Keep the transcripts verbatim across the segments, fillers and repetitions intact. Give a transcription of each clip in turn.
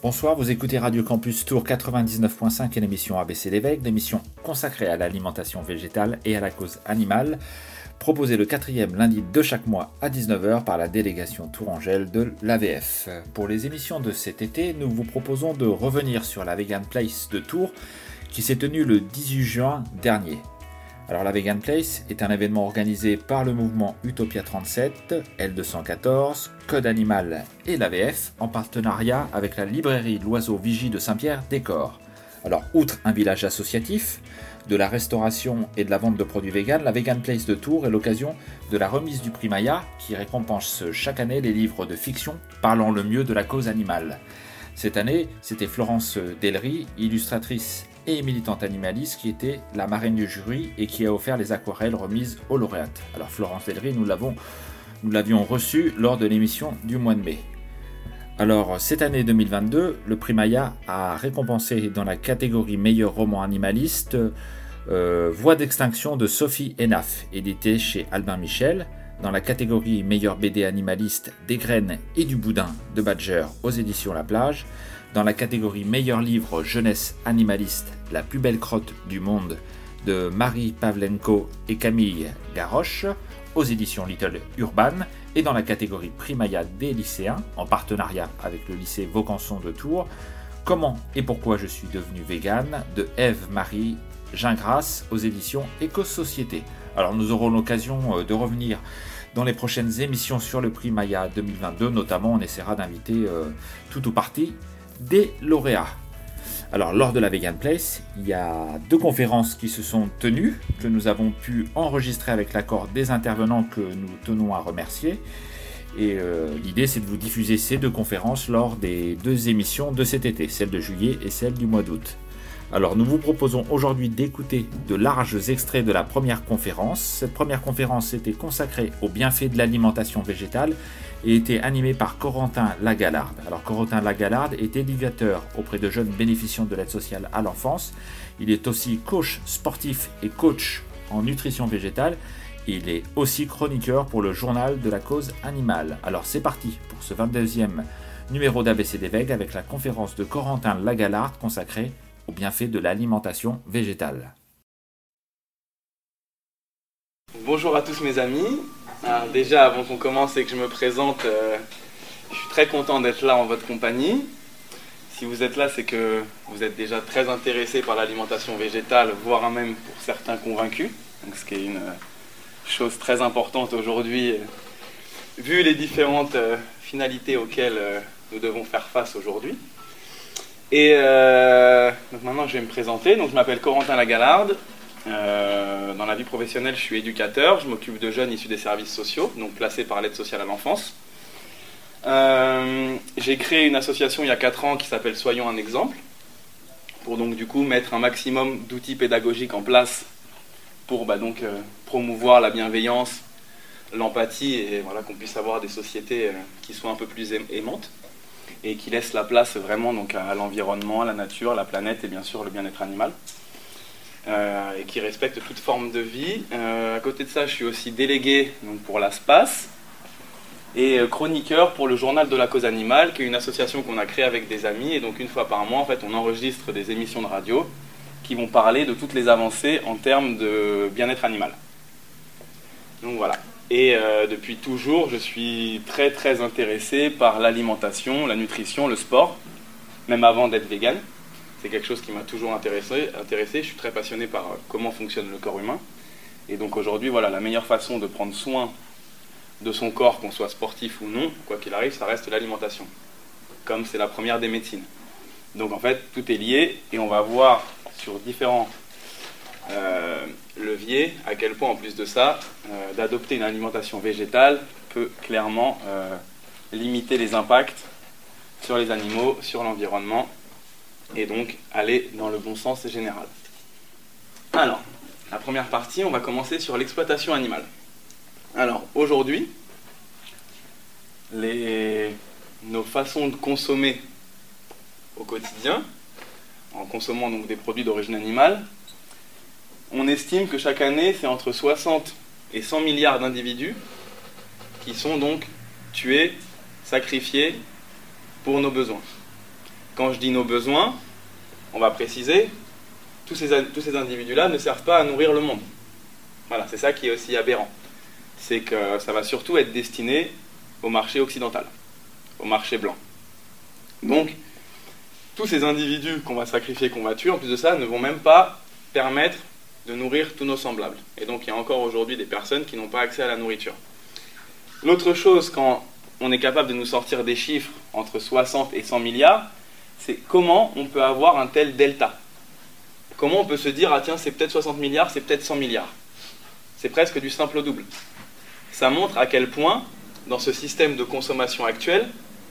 Bonsoir, vous écoutez Radio Campus Tours quatre-vingt-dix-neuf point cinq et l'émission A B C l'évêque, l'émission consacrée à l'alimentation végétale et à la cause animale, proposée le quatrième lundi de chaque mois à dix-neuf heures par la délégation tourangelle de l'A V F. Pour les émissions de cet été, nous vous proposons de revenir sur la Vegan Place de Tours qui s'est tenue le dix-huit juin dernier. Alors la Vegan Place est un événement organisé par le mouvement Utopia trente-sept, L deux cent quatorze, Code Animal et l'A V F en partenariat avec la librairie L'Oiseau Vigie de Saint-Pierre-des-Corps. Alors outre un village associatif, de la restauration et de la vente de produits véganes, la Vegan Place de Tours est l'occasion de la remise du prix Maya qui récompense chaque année les livres de fiction parlant le mieux de la cause animale. Cette année, c'était Florence Delry, illustratrice et militante animaliste qui était la marraine du jury et qui a offert les aquarelles remises aux lauréates. Alors Florence Delry, nous l'avons, nous l'avions reçue lors de l'émission du mois de mai. Alors cette année deux mille vingt-deux, le prix Maya a récompensé dans la catégorie meilleur roman animaliste euh, Voix d'extinction de Sophie Hénaf, édité chez Albin Michel, dans la catégorie meilleur B D animaliste Des graines et du boudin de Badger aux éditions La Plage, dans la catégorie meilleur livre jeunesse animaliste La plus belle crotte du monde de Marie Pavlenko et Camille Garroche aux éditions Little Urban, et dans la catégorie prix Maya des lycéens en partenariat avec le lycée Vaucanson de Tours, Comment et pourquoi je suis devenue végane de Ève-Marie Gingras aux éditions Éco-Société. Alors nous aurons l'occasion de revenir dans les prochaines émissions sur le prix Maya deux mille vingt-deux, notamment on essaiera d'inviter euh, tout ou partie des lauréats. Alors lors de la Vegan Place, il y a deux conférences qui se sont tenues, que nous avons pu enregistrer avec l'accord des intervenants que nous tenons à remercier. Et euh, l'idée c'est de vous diffuser ces deux conférences lors des deux émissions de cet été, celle de juillet et celle du mois d'août. Alors nous vous proposons aujourd'hui d'écouter de larges extraits de la première conférence. Cette première conférence était consacrée aux bienfaits de l'alimentation végétale et était animée par Corentin Lagalarde. Alors Corentin Lagalarde est éducateur auprès de jeunes bénéficiant de l'aide sociale à l'enfance. Il est aussi coach sportif et coach en nutrition végétale. Il est aussi chroniqueur pour le journal de la cause animale. Alors c'est parti pour ce vingt-deuxième numéro d'A B C d'évêque avec la conférence de Corentin Lagalarde consacrée aux bienfaits de l'alimentation végétale. Bonjour à tous mes amis. Alors déjà, avant qu'on commence et que je me présente, euh, je suis très content d'être là en votre compagnie. Si vous êtes là, c'est que vous êtes déjà très intéressés par l'alimentation végétale, voire même pour certains convaincus. Donc, ce qui est une chose très importante aujourd'hui, euh, vu les différentes euh, finalités auxquelles euh, nous devons faire face aujourd'hui. Et euh, donc maintenant, je vais me présenter. Donc, je m'appelle Corentin Lagalarde. Euh, dans la vie professionnelle, je suis éducateur, je m'occupe de jeunes issus des services sociaux, donc placés par l'aide sociale à l'enfance. Euh, j'ai créé une association il y a quatre ans qui s'appelle Soyons un exemple, pour donc du coup mettre un maximum d'outils pédagogiques en place pour bah, donc, euh, promouvoir la bienveillance, l'empathie et voilà, qu'on puisse avoir des sociétés euh, qui soient un peu plus aimantes et qui laissent la place vraiment donc, à l'environnement, à la nature, la planète et bien sûr le bien-être animal. Euh, et qui respecte toute forme de vie. Euh, à côté de ça, je suis aussi délégué donc, pour la SPAS et euh, chroniqueur pour le journal de la cause animale, qui est une association qu'on a créée avec des amis. Et donc une fois par mois, en fait, on enregistre des émissions de radio qui vont parler de toutes les avancées en termes de bien-être animal. Donc voilà. Et euh, depuis toujours, je suis très très intéressé par l'alimentation, la nutrition, le sport, même avant d'être vegan. C'est quelque chose qui m'a toujours intéressé, intéressé. Je suis très passionné par comment fonctionne le corps humain. Et donc aujourd'hui, voilà, la meilleure façon de prendre soin de son corps, qu'on soit sportif ou non, quoi qu'il arrive, ça reste l'alimentation. Comme c'est la première des médecines. Donc en fait, tout est lié et on va voir sur différents euh, leviers à quel point, en plus de ça, euh, d'adopter une alimentation végétale peut clairement euh, limiter les impacts sur les animaux, sur l'environnement, et donc aller dans le bon sens général. Alors, la première partie, on va commencer sur l'exploitation animale. Alors, aujourd'hui, les... nos façons de consommer au quotidien, en consommant donc des produits d'origine animale, on estime que chaque année, c'est entre soixante et cent milliards d'individus qui sont donc tués, sacrifiés pour nos besoins. Quand je dis nos besoins, on va préciser, tous ces, tous ces individus-là ne servent pas à nourrir le monde. Voilà, c'est ça qui est aussi aberrant. C'est que ça va surtout être destiné au marché occidental, au marché blanc. Donc, tous ces individus qu'on va sacrifier, qu'on va tuer, en plus de ça, ne vont même pas permettre de nourrir tous nos semblables. Et donc, il y a encore aujourd'hui des personnes qui n'ont pas accès à la nourriture. L'autre chose, quand on est capable de nous sortir des chiffres entre soixante et cent milliards, c'est comment on peut avoir un tel delta. Comment on peut se dire, ah tiens, c'est peut-être soixante milliards, c'est peut-être cent milliards. C'est presque du simple au double. Ça montre à quel point, dans ce système de consommation actuel,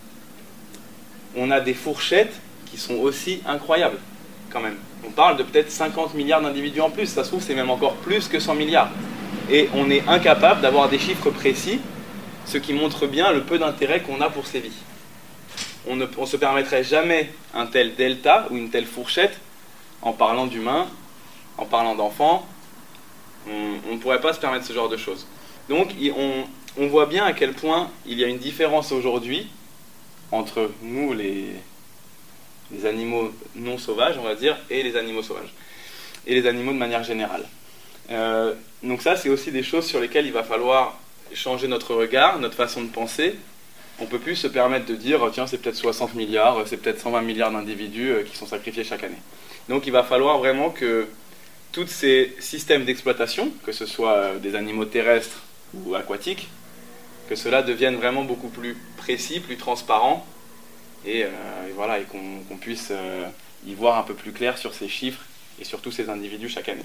on a des fourchettes qui sont aussi incroyables, quand même. On parle de peut-être cinquante milliards d'individus en plus, ça se trouve c'est même encore plus que cent milliards. Et on est incapable d'avoir des chiffres précis, ce qui montre bien le peu d'intérêt qu'on a pour ces vies. On ne on se permettrait jamais un tel delta ou une telle fourchette en parlant d'humains, en parlant d'enfants. On ne pourrait pas se permettre ce genre de choses. Donc on, on voit bien à quel point il y a une différence aujourd'hui entre nous, les, les animaux non sauvages, on va dire, et les animaux sauvages. Et les animaux de manière générale. Euh, donc ça, c'est aussi des choses sur lesquelles il va falloir changer notre regard, notre façon de penser. On ne peut plus se permettre de dire, tiens, c'est peut-être soixante milliards, c'est peut-être cent vingt milliards d'individus qui sont sacrifiés chaque année. Donc il va falloir vraiment que tous ces systèmes d'exploitation, que ce soit des animaux terrestres ou aquatiques, que cela devienne vraiment beaucoup plus précis, plus transparent, et, euh, et voilà, et qu'on qu'on puisse euh, y voir un peu plus clair sur ces chiffres et sur tous ces individus chaque année.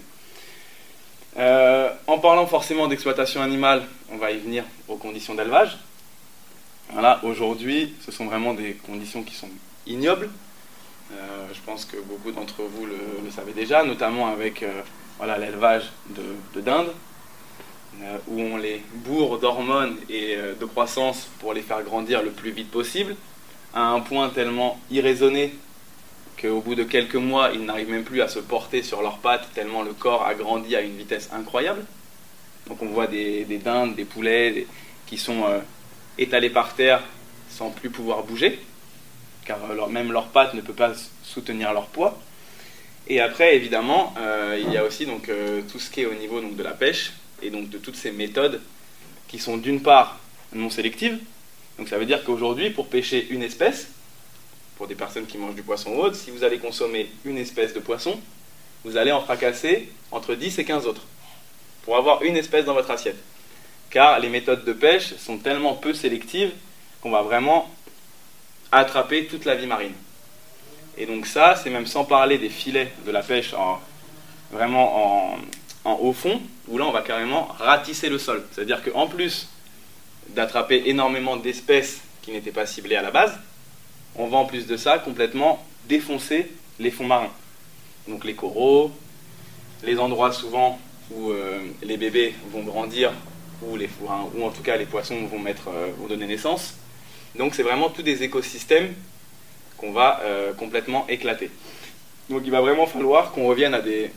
Euh, en parlant forcément d'exploitation animale, on va y venir aux conditions d'élevage. Voilà, aujourd'hui, ce sont vraiment des conditions qui sont ignobles. Euh, je pense que beaucoup d'entre vous le, le savez déjà, notamment avec euh, voilà, l'élevage de, de dindes, euh, où on les bourre d'hormones et euh, de croissance pour les faire grandir le plus vite possible, à un point tellement irraisonné qu'au bout de quelques mois, ils n'arrivent même plus à se porter sur leurs pattes, tellement le corps a grandi à une vitesse incroyable. Donc on voit des, des dindes, des poulets des, qui sont euh, étalés par terre sans plus pouvoir bouger, car leur, même leurs pattes ne peuvent pas soutenir leur poids. Et après, évidemment, euh, il y a aussi donc, euh, tout ce qui est au niveau donc, de la pêche, et donc de toutes ces méthodes qui sont d'une part non sélectives. Donc ça veut dire qu'aujourd'hui, pour pêcher une espèce, pour des personnes qui mangent du poisson ou autre, si vous allez consommer une espèce de poisson, vous allez en fracasser entre dix et quinze autres, pour avoir une espèce dans votre assiette. Car les méthodes de pêche sont tellement peu sélectives qu'on va vraiment attraper toute la vie marine. Et donc ça, c'est même sans parler des filets de la pêche en, vraiment en, en haut fond, où là on va carrément ratisser le sol. C'est-à-dire qu'en plus d'attraper énormément d'espèces qui n'étaient pas ciblées à la base, on va en plus de ça complètement défoncer les fonds marins. Donc les coraux, les endroits souvent où euh, les bébés vont grandir, ou, les, ou en tout cas les poissons vont, mettre, euh, vont donner naissance. Donc c'est vraiment tous des écosystèmes qu'on va euh, complètement éclater. Donc il va vraiment falloir qu'on revienne à des,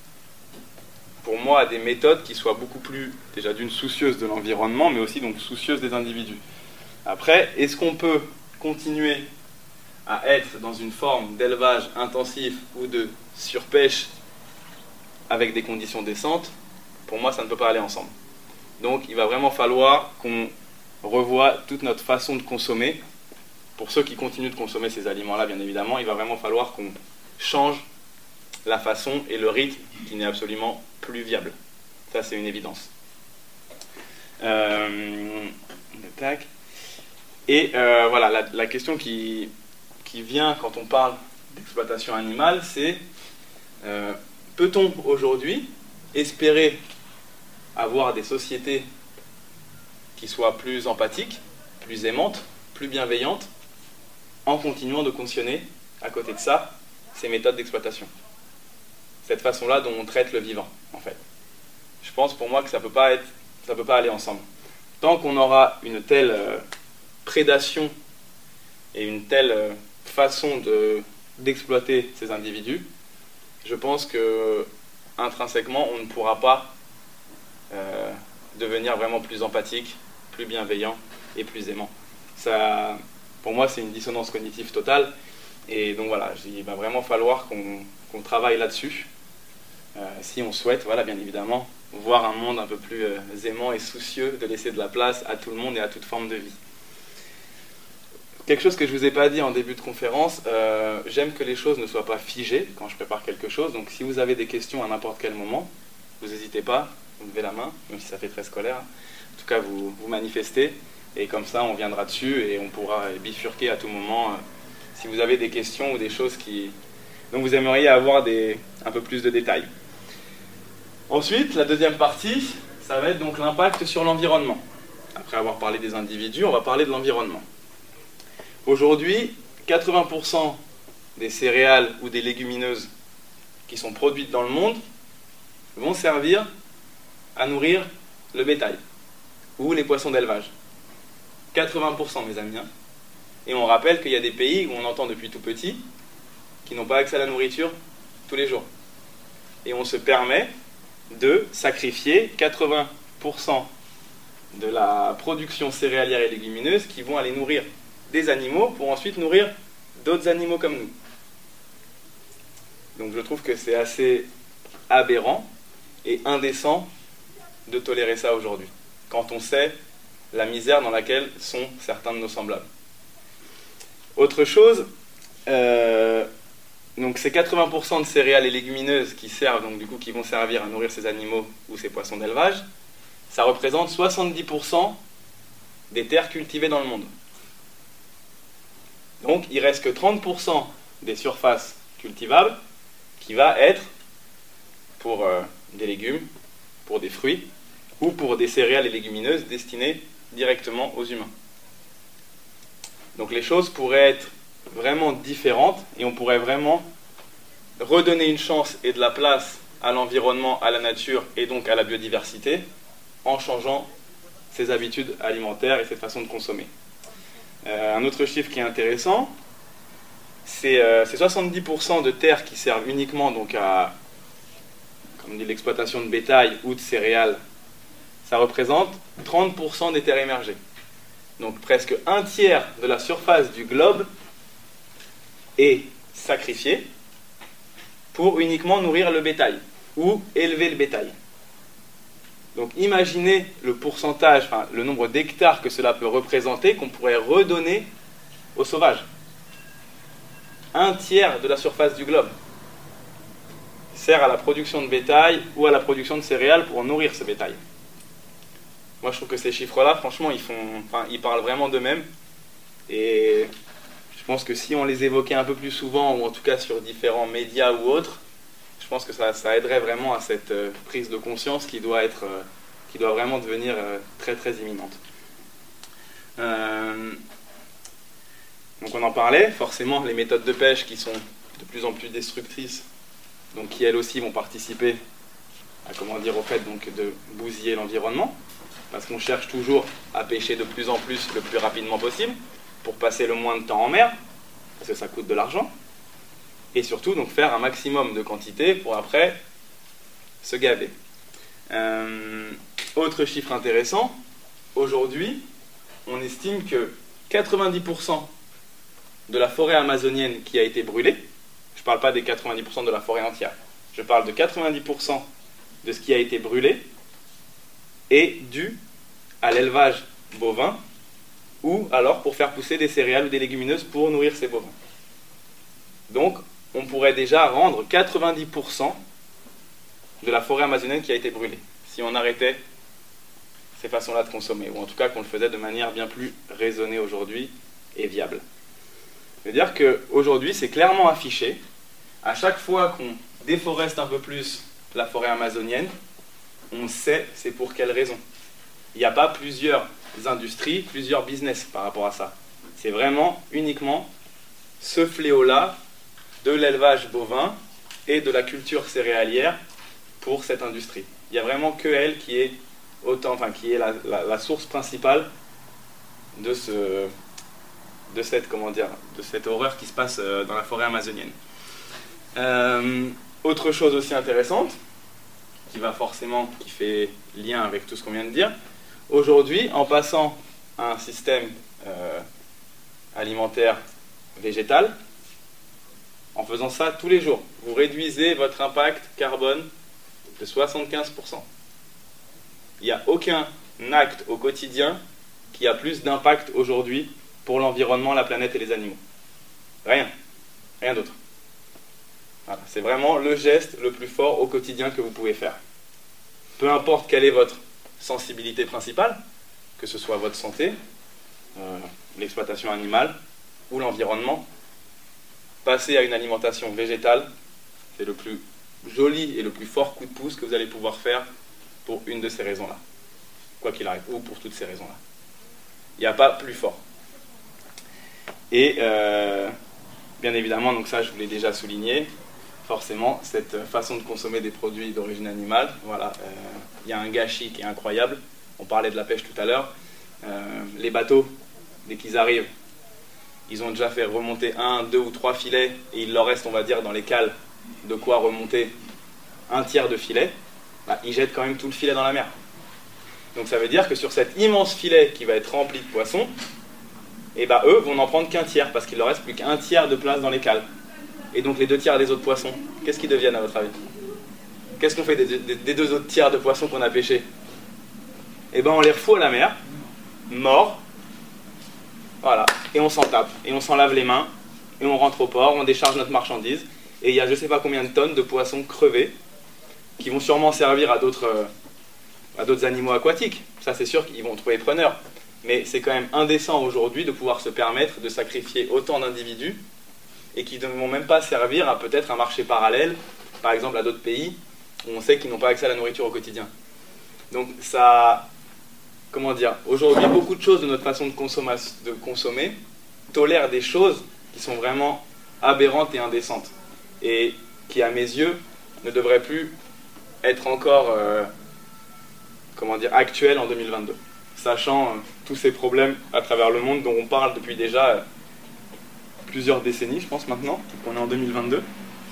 pour moi, à des méthodes qui soient beaucoup plus, déjà d'une soucieuse de l'environnement, mais aussi donc soucieuse des individus. Après, est-ce qu'on peut continuer à être dans une forme d'élevage intensif ou de surpêche avec des conditions décentes? Pour moi, ça ne peut pas aller ensemble. Donc il va vraiment falloir qu'on revoie toute notre façon de consommer. Pour ceux qui continuent de consommer ces aliments-là, bien évidemment, il va vraiment falloir qu'on change la façon et le rythme qui n'est absolument plus viable. Ça, c'est une évidence. Euh, tac. Et euh, voilà, la, la question qui, qui vient quand on parle d'exploitation animale, c'est euh, peut-on aujourd'hui espérer avoir des sociétés qui soient plus empathiques, plus aimantes, plus bienveillantes, en continuant de cautionner, à côté de ça, ces méthodes d'exploitation. Cette façon-là dont on traite le vivant, en fait. Je pense pour moi que ça ne peut pas être, ça peut pas aller ensemble. Tant qu'on aura une telle euh, prédation et une telle euh, façon de, d'exploiter ces individus, je pense que intrinsèquement, on ne pourra pas euh, devenir vraiment plus empathique, plus bienveillant et plus aimant. Ça, pour moi, c'est une dissonance cognitive totale. Et donc voilà, il va vraiment falloir qu'on qu'on travaille là-dessus, euh, si on souhaite, voilà, bien évidemment, voir un monde un peu plus euh, aimant et soucieux de laisser de la place à tout le monde et à toute forme de vie. Quelque chose que je ne vous ai pas dit en début de conférence, euh, j'aime que les choses ne soient pas figées quand je prépare quelque chose. Donc si vous avez des questions à n'importe quel moment, vous n'hésitez pas, vous levez la main, même si ça fait très scolaire. En tout cas, vous, vous manifestez, et comme ça, on viendra dessus et on pourra bifurquer à tout moment. Euh, si vous avez des questions ou des choses qui, dont vous aimeriez avoir des, un peu plus de détails. Ensuite, la deuxième partie, ça va être donc l'impact sur l'environnement. Après avoir parlé des individus, on va parler de l'environnement. Aujourd'hui, quatre-vingts pour cent des céréales ou des légumineuses qui sont produites dans le monde vont servir à nourrir le bétail ou les poissons d'élevage. quatre-vingts pour cent, mes amis. Hein. Et on rappelle qu'il y a des pays où on entend depuis tout petit qui n'ont pas accès à la nourriture tous les jours. Et on se permet de sacrifier quatre-vingts pour cent de la production céréalière et légumineuse qui vont aller nourrir des animaux pour ensuite nourrir d'autres animaux comme nous. Donc je trouve que c'est assez aberrant et indécent de tolérer ça aujourd'hui, quand on sait la misère dans laquelle sont certains de nos semblables. Autre chose, euh, donc ces quatre-vingts pour cent de céréales et légumineuses qui servent, donc du coup qui vont servir à nourrir ces animaux ou ces poissons d'élevage, ça représente soixante-dix pour cent des terres cultivées dans le monde. Donc il reste que trente pour cent des surfaces cultivables qui va être pour euh, des légumes, pour des fruits ou pour des céréales et légumineuses destinées directement aux humains. Donc les choses pourraient être vraiment différentes et on pourrait vraiment redonner une chance et de la place à l'environnement, à la nature et donc à la biodiversité en changeant ses habitudes alimentaires et ses façons de consommer. Euh, un autre chiffre qui est intéressant, c'est euh, soixante-dix pour cent de terres qui servent uniquement donc à, comme dit, l'exploitation de bétail ou de céréales. Ça représente trente pour cent des terres émergées. Donc presque un tiers de la surface du globe est sacrifié pour uniquement nourrir le bétail ou élever le bétail. Donc imaginez le pourcentage, enfin le nombre d'hectares que cela peut représenter qu'on pourrait redonner aux sauvages. Un tiers de la surface du globe sert à la production de bétail ou à la production de céréales pour nourrir ce bétail. Moi je trouve que ces chiffres-là, franchement, ils, font, enfin, ils parlent vraiment d'eux-mêmes. Et je pense que si on les évoquait un peu plus souvent, ou en tout cas sur différents médias ou autres, je pense que ça, ça aiderait vraiment à cette euh, prise de conscience qui doit, être, euh, qui doit vraiment devenir euh, très très imminente. Euh, donc on en parlait, forcément les méthodes de pêche qui sont de plus en plus destructrices, donc qui elles aussi vont participer à, comment dire, au fait donc, de bousiller l'environnement, parce qu'on cherche toujours à pêcher de plus en plus le plus rapidement possible, pour passer le moins de temps en mer, parce que ça coûte de l'argent. Et surtout, donc, faire un maximum de quantité pour après se gaver. Euh, autre chiffre intéressant, aujourd'hui, on estime que quatre-vingt-dix pour cent de la forêt amazonienne qui a été brûlée, je ne parle pas des quatre-vingt-dix pour cent de la forêt entière, je parle de quatre-vingt-dix pour cent de ce qui a été brûlé, est dû à l'élevage bovin, ou alors pour faire pousser des céréales ou des légumineuses pour nourrir ces bovins. Donc, on pourrait déjà rendre quatre-vingt-dix pour cent de la forêt amazonienne qui a été brûlée, si on arrêtait ces façons-là de consommer, ou en tout cas qu'on le faisait de manière bien plus raisonnée aujourd'hui et viable. C'est-à-dire qu'aujourd'hui, c'est clairement affiché, à chaque fois qu'on déforeste un peu plus la forêt amazonienne, on sait c'est pour quelle raison. Il n'y a pas plusieurs industries, plusieurs business par rapport à ça. C'est vraiment uniquement ce fléau-là de l'élevage bovin et de la culture céréalière pour cette industrie. Il n'y a vraiment que elle qui est, autant, enfin, qui est la, la, la source principale de, ce, de, cette, comment dire, de cette horreur qui se passe dans la forêt amazonienne. Euh, autre chose aussi intéressante, qui va forcément, qui fait lien avec tout ce qu'on vient de dire, aujourd'hui, en passant à un système euh, alimentaire végétal, En faisant ça tous les jours, vous réduisez votre impact carbone de soixante-quinze pour cent. Il n'y a aucun acte au quotidien qui a plus d'impact aujourd'hui pour l'environnement, la planète et les animaux. Rien. Rien d'autre. Voilà. C'est vraiment le geste le plus fort au quotidien que vous pouvez faire. Peu importe quelle est votre sensibilité principale, que ce soit votre santé, euh, l'exploitation animale ou l'environnement, passer à une alimentation végétale, c'est le plus joli et le plus fort coup de pouce que vous allez pouvoir faire pour une de ces raisons-là. Quoi qu'il arrive, ou pour toutes ces raisons-là. Il n'y a pas plus fort. Et euh, bien évidemment, donc ça je vous l'ai déjà souligné, forcément, cette façon de consommer des produits d'origine animale, voilà, euh, il y a un gâchis qui est incroyable. On parlait de la pêche tout à l'heure. Euh, les bateaux, dès qu'ils arrivent, ils ont déjà fait remonter un, deux ou trois filets, et il leur reste, on va dire, dans les cales, de quoi remonter un tiers de filet. Bah, ils jettent quand même tout le filet dans la mer. Donc ça veut dire que sur cet immense filet qui va être rempli de poissons, et bah, eux vont n'en prendre qu'un tiers, parce qu'il leur reste plus qu'un tiers de place dans les cales. Et donc les deux tiers des autres poissons, qu'est-ce qu'ils deviennent à votre avis? Qu'est-ce qu'on fait des, des, des deux autres tiers de poissons qu'on a pêchés? Et ben on les refout à la mer, morts, voilà, et on s'en tape, et on s'en lave les mains, et on rentre au port, on décharge notre marchandise, et il y a je sais pas combien de tonnes de poissons crevés, qui vont sûrement servir à d'autres euh, à d'autres animaux aquatiques. Ça c'est sûr qu'ils vont trouver preneurs. Mais c'est quand même indécent aujourd'hui de pouvoir se permettre de sacrifier autant d'individus et qui ne vont même pas servir à peut-être un marché parallèle, par exemple à d'autres pays où on sait qu'ils n'ont pas accès à la nourriture au quotidien. Donc ça, comment dire, aujourd'hui beaucoup de choses de notre façon de, de consommer tolèrent des choses qui sont vraiment aberrantes et indécentes et qui à mes yeux ne devraient plus être encore euh, comment dire, actuelles en deux mille vingt-deux. Sachant euh, tous ces problèmes à travers le monde dont on parle depuis déjà euh, plusieurs décennies, je pense maintenant, qu'on est en deux mille vingt-deux.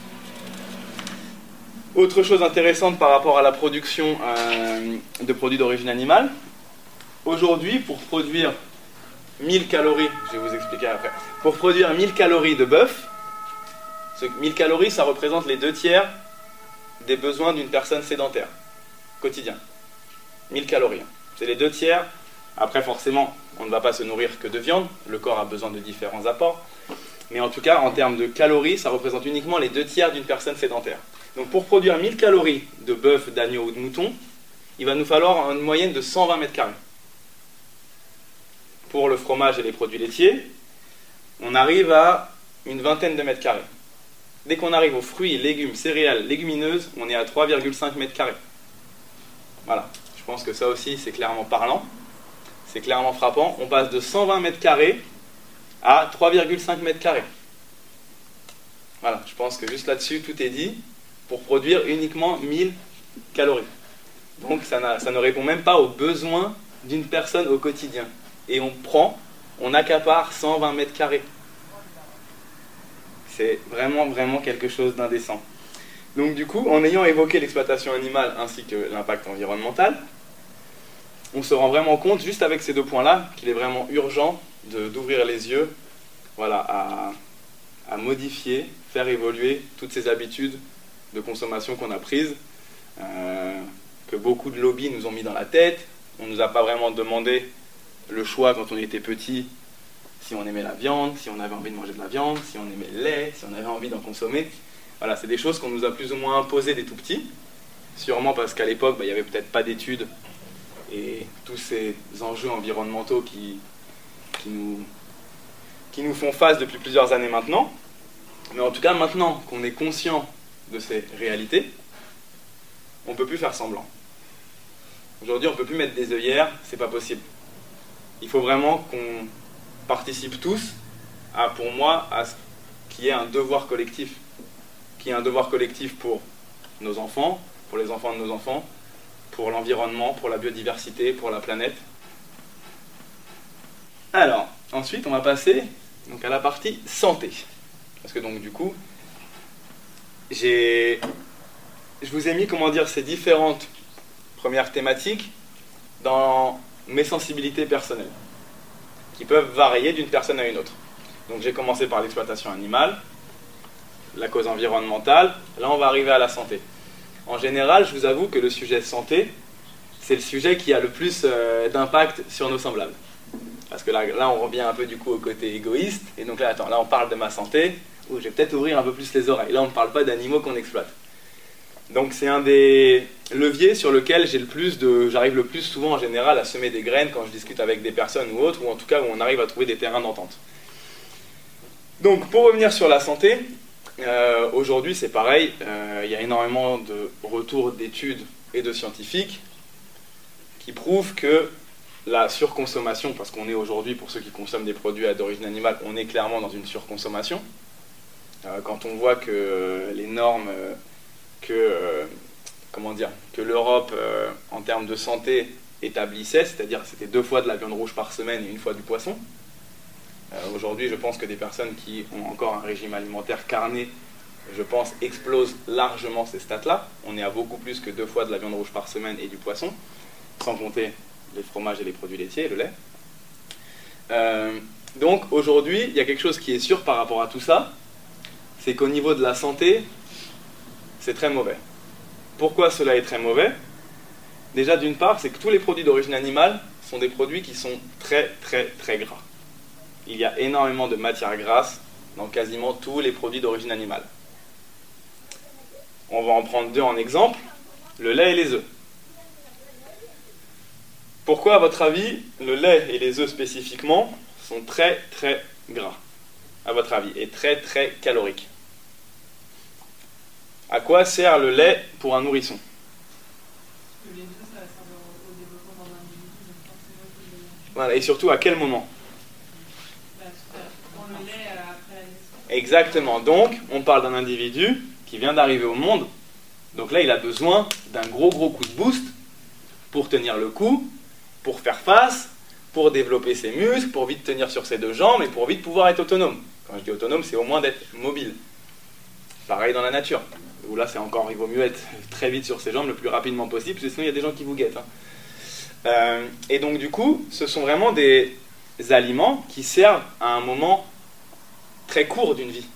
Autre chose intéressante par rapport à la production euh, de produits d'origine animale, aujourd'hui, pour produire mille calories, je vais vous expliquer après, pour produire mille calories de bœuf, mille calories, ça représente les deux tiers des besoins d'une personne sédentaire, quotidien. mille calories. C'est les deux tiers. Après, forcément, on ne va pas se nourrir que de viande. Le corps a besoin de différents apports. Mais en tout cas, en termes de calories, ça représente uniquement les deux tiers d'une personne sédentaire. Donc pour produire mille calories de bœuf, d'agneau ou de mouton, il va nous falloir une moyenne de cent vingt mètres carrés. Pour le fromage et les produits laitiers, on arrive à une vingtaine de mètres carrés. Dès qu'on arrive aux fruits, légumes, céréales, légumineuses, on est à trois virgule cinq mètres carrés. Voilà. Je pense que ça aussi, c'est clairement parlant. C'est clairement frappant. On passe de cent vingt mètres carrés à trois virgule cinq mètres carrés. Voilà, je pense que juste là-dessus, tout est dit pour produire uniquement mille calories. Donc ça, ça ne répond même pas aux besoins d'une personne au quotidien. Et on prend, on accapare cent vingt mètres carrés. C'est vraiment, vraiment quelque chose d'indécent. Donc du coup, en ayant évoqué l'exploitation animale ainsi que l'impact environnemental, on se rend vraiment compte, juste avec ces deux points-là, qu'il est vraiment urgent de, d'ouvrir les yeux, voilà, à, à modifier, faire évoluer toutes ces habitudes de consommation qu'on a prises, euh, que beaucoup de lobbies nous ont mis dans la tête. On ne nous a pas vraiment demandé le choix quand on était petit, si on aimait la viande, si on avait envie de manger de la viande, si on aimait le lait, si on avait envie d'en consommer. Voilà, c'est des choses qu'on nous a plus ou moins imposées des tout petits, sûrement parce qu'à l'époque, bah, il n'y avait peut-être pas d'études et tous ces enjeux environnementaux qui, qui, nous, qui nous font face depuis plusieurs années maintenant. Mais en tout cas, maintenant qu'on est conscient de ces réalités, on ne peut plus faire semblant. Aujourd'hui, on ne peut plus mettre des œillères, c'est pas possible. Il faut vraiment qu'on participe tous, à, pour moi, à ce qu'il y ait un devoir collectif. Qu'il y ait un devoir collectif pour nos enfants, pour les enfants de nos enfants, pour l'environnement, pour la biodiversité, pour la planète. Alors, ensuite, on va passer donc, à la partie santé. Parce que donc, du coup, j'ai, je vous ai mis, comment dire, ces différentes premières thématiques dans mes sensibilités personnelles, qui peuvent varier d'une personne à une autre. Donc j'ai commencé par l'exploitation animale, la cause environnementale, là on va arriver à la santé. En général, je vous avoue que le sujet santé, c'est le sujet qui a le plus euh, d'impact sur nos semblables. Parce que là, là, on revient un peu du coup au côté égoïste, et donc là, attends, là on parle de ma santé, ou je vais peut-être ouvrir un peu plus les oreilles. Là, on ne parle pas d'animaux qu'on exploite. Donc c'est un des leviers sur lequel j'ai le plus de, j'arrive le plus souvent en général à semer des graines quand je discute avec des personnes ou autres, ou en tout cas où on arrive à trouver des terrains d'entente. Donc pour revenir sur la santé, euh, aujourd'hui c'est pareil, euh, il y a énormément de retours d'études et de scientifiques qui prouvent que la surconsommation, parce qu'on est aujourd'hui, pour ceux qui consomment des produits d'origine animale, on est clairement dans une surconsommation. Euh, quand on voit que euh, les normes euh, que, euh, comment dire, que l'Europe, euh, en termes de santé, établissait, c'est-à-dire c'était deux fois de la viande rouge par semaine et une fois du poisson. Euh, aujourd'hui, je pense que des personnes qui ont encore un régime alimentaire carné, je pense, explosent largement ces stats-là. On est à beaucoup plus que deux fois de la viande rouge par semaine et du poisson, sans compter les fromages et les produits laitiers et le lait. Euh, donc aujourd'hui, il y a quelque chose qui est sûr par rapport à tout ça, c'est qu'au niveau de la santé, c'est très mauvais. Pourquoi cela est très mauvais? Déjà, d'une part, c'est que tous les produits d'origine animale sont des produits qui sont très très très gras. Il y a énormément de matières grasses dans quasiment tous les produits d'origine animale. On va en prendre deux en exemple, le lait et les œufs. Pourquoi, à votre avis, le lait et les œufs spécifiquement sont très très gras, à votre avis, et très très caloriques? À quoi sert le lait pour un nourrisson? Les œufs, ça va servir au développement d'un individu, donc forcément, il faut les- Voilà, et surtout à quel moment? Bah, pour le lait euh, après la naissance. Exactement, donc on parle d'un individu qui vient d'arriver au monde, donc là il a besoin d'un gros gros coup de boost pour tenir le coup, pour faire face, pour développer ses muscles, pour vite tenir sur ses deux jambes et pour vite pouvoir être autonome. Quand je dis autonome, c'est au moins d'être mobile. Pareil dans la nature, où là c'est encore, il vaut mieux être très vite sur ses jambes le plus rapidement possible, parce que sinon il y a des gens qui vous guettent. Hein. Euh, et donc du coup, ce sont vraiment des aliments qui servent à un moment très court d'une vie.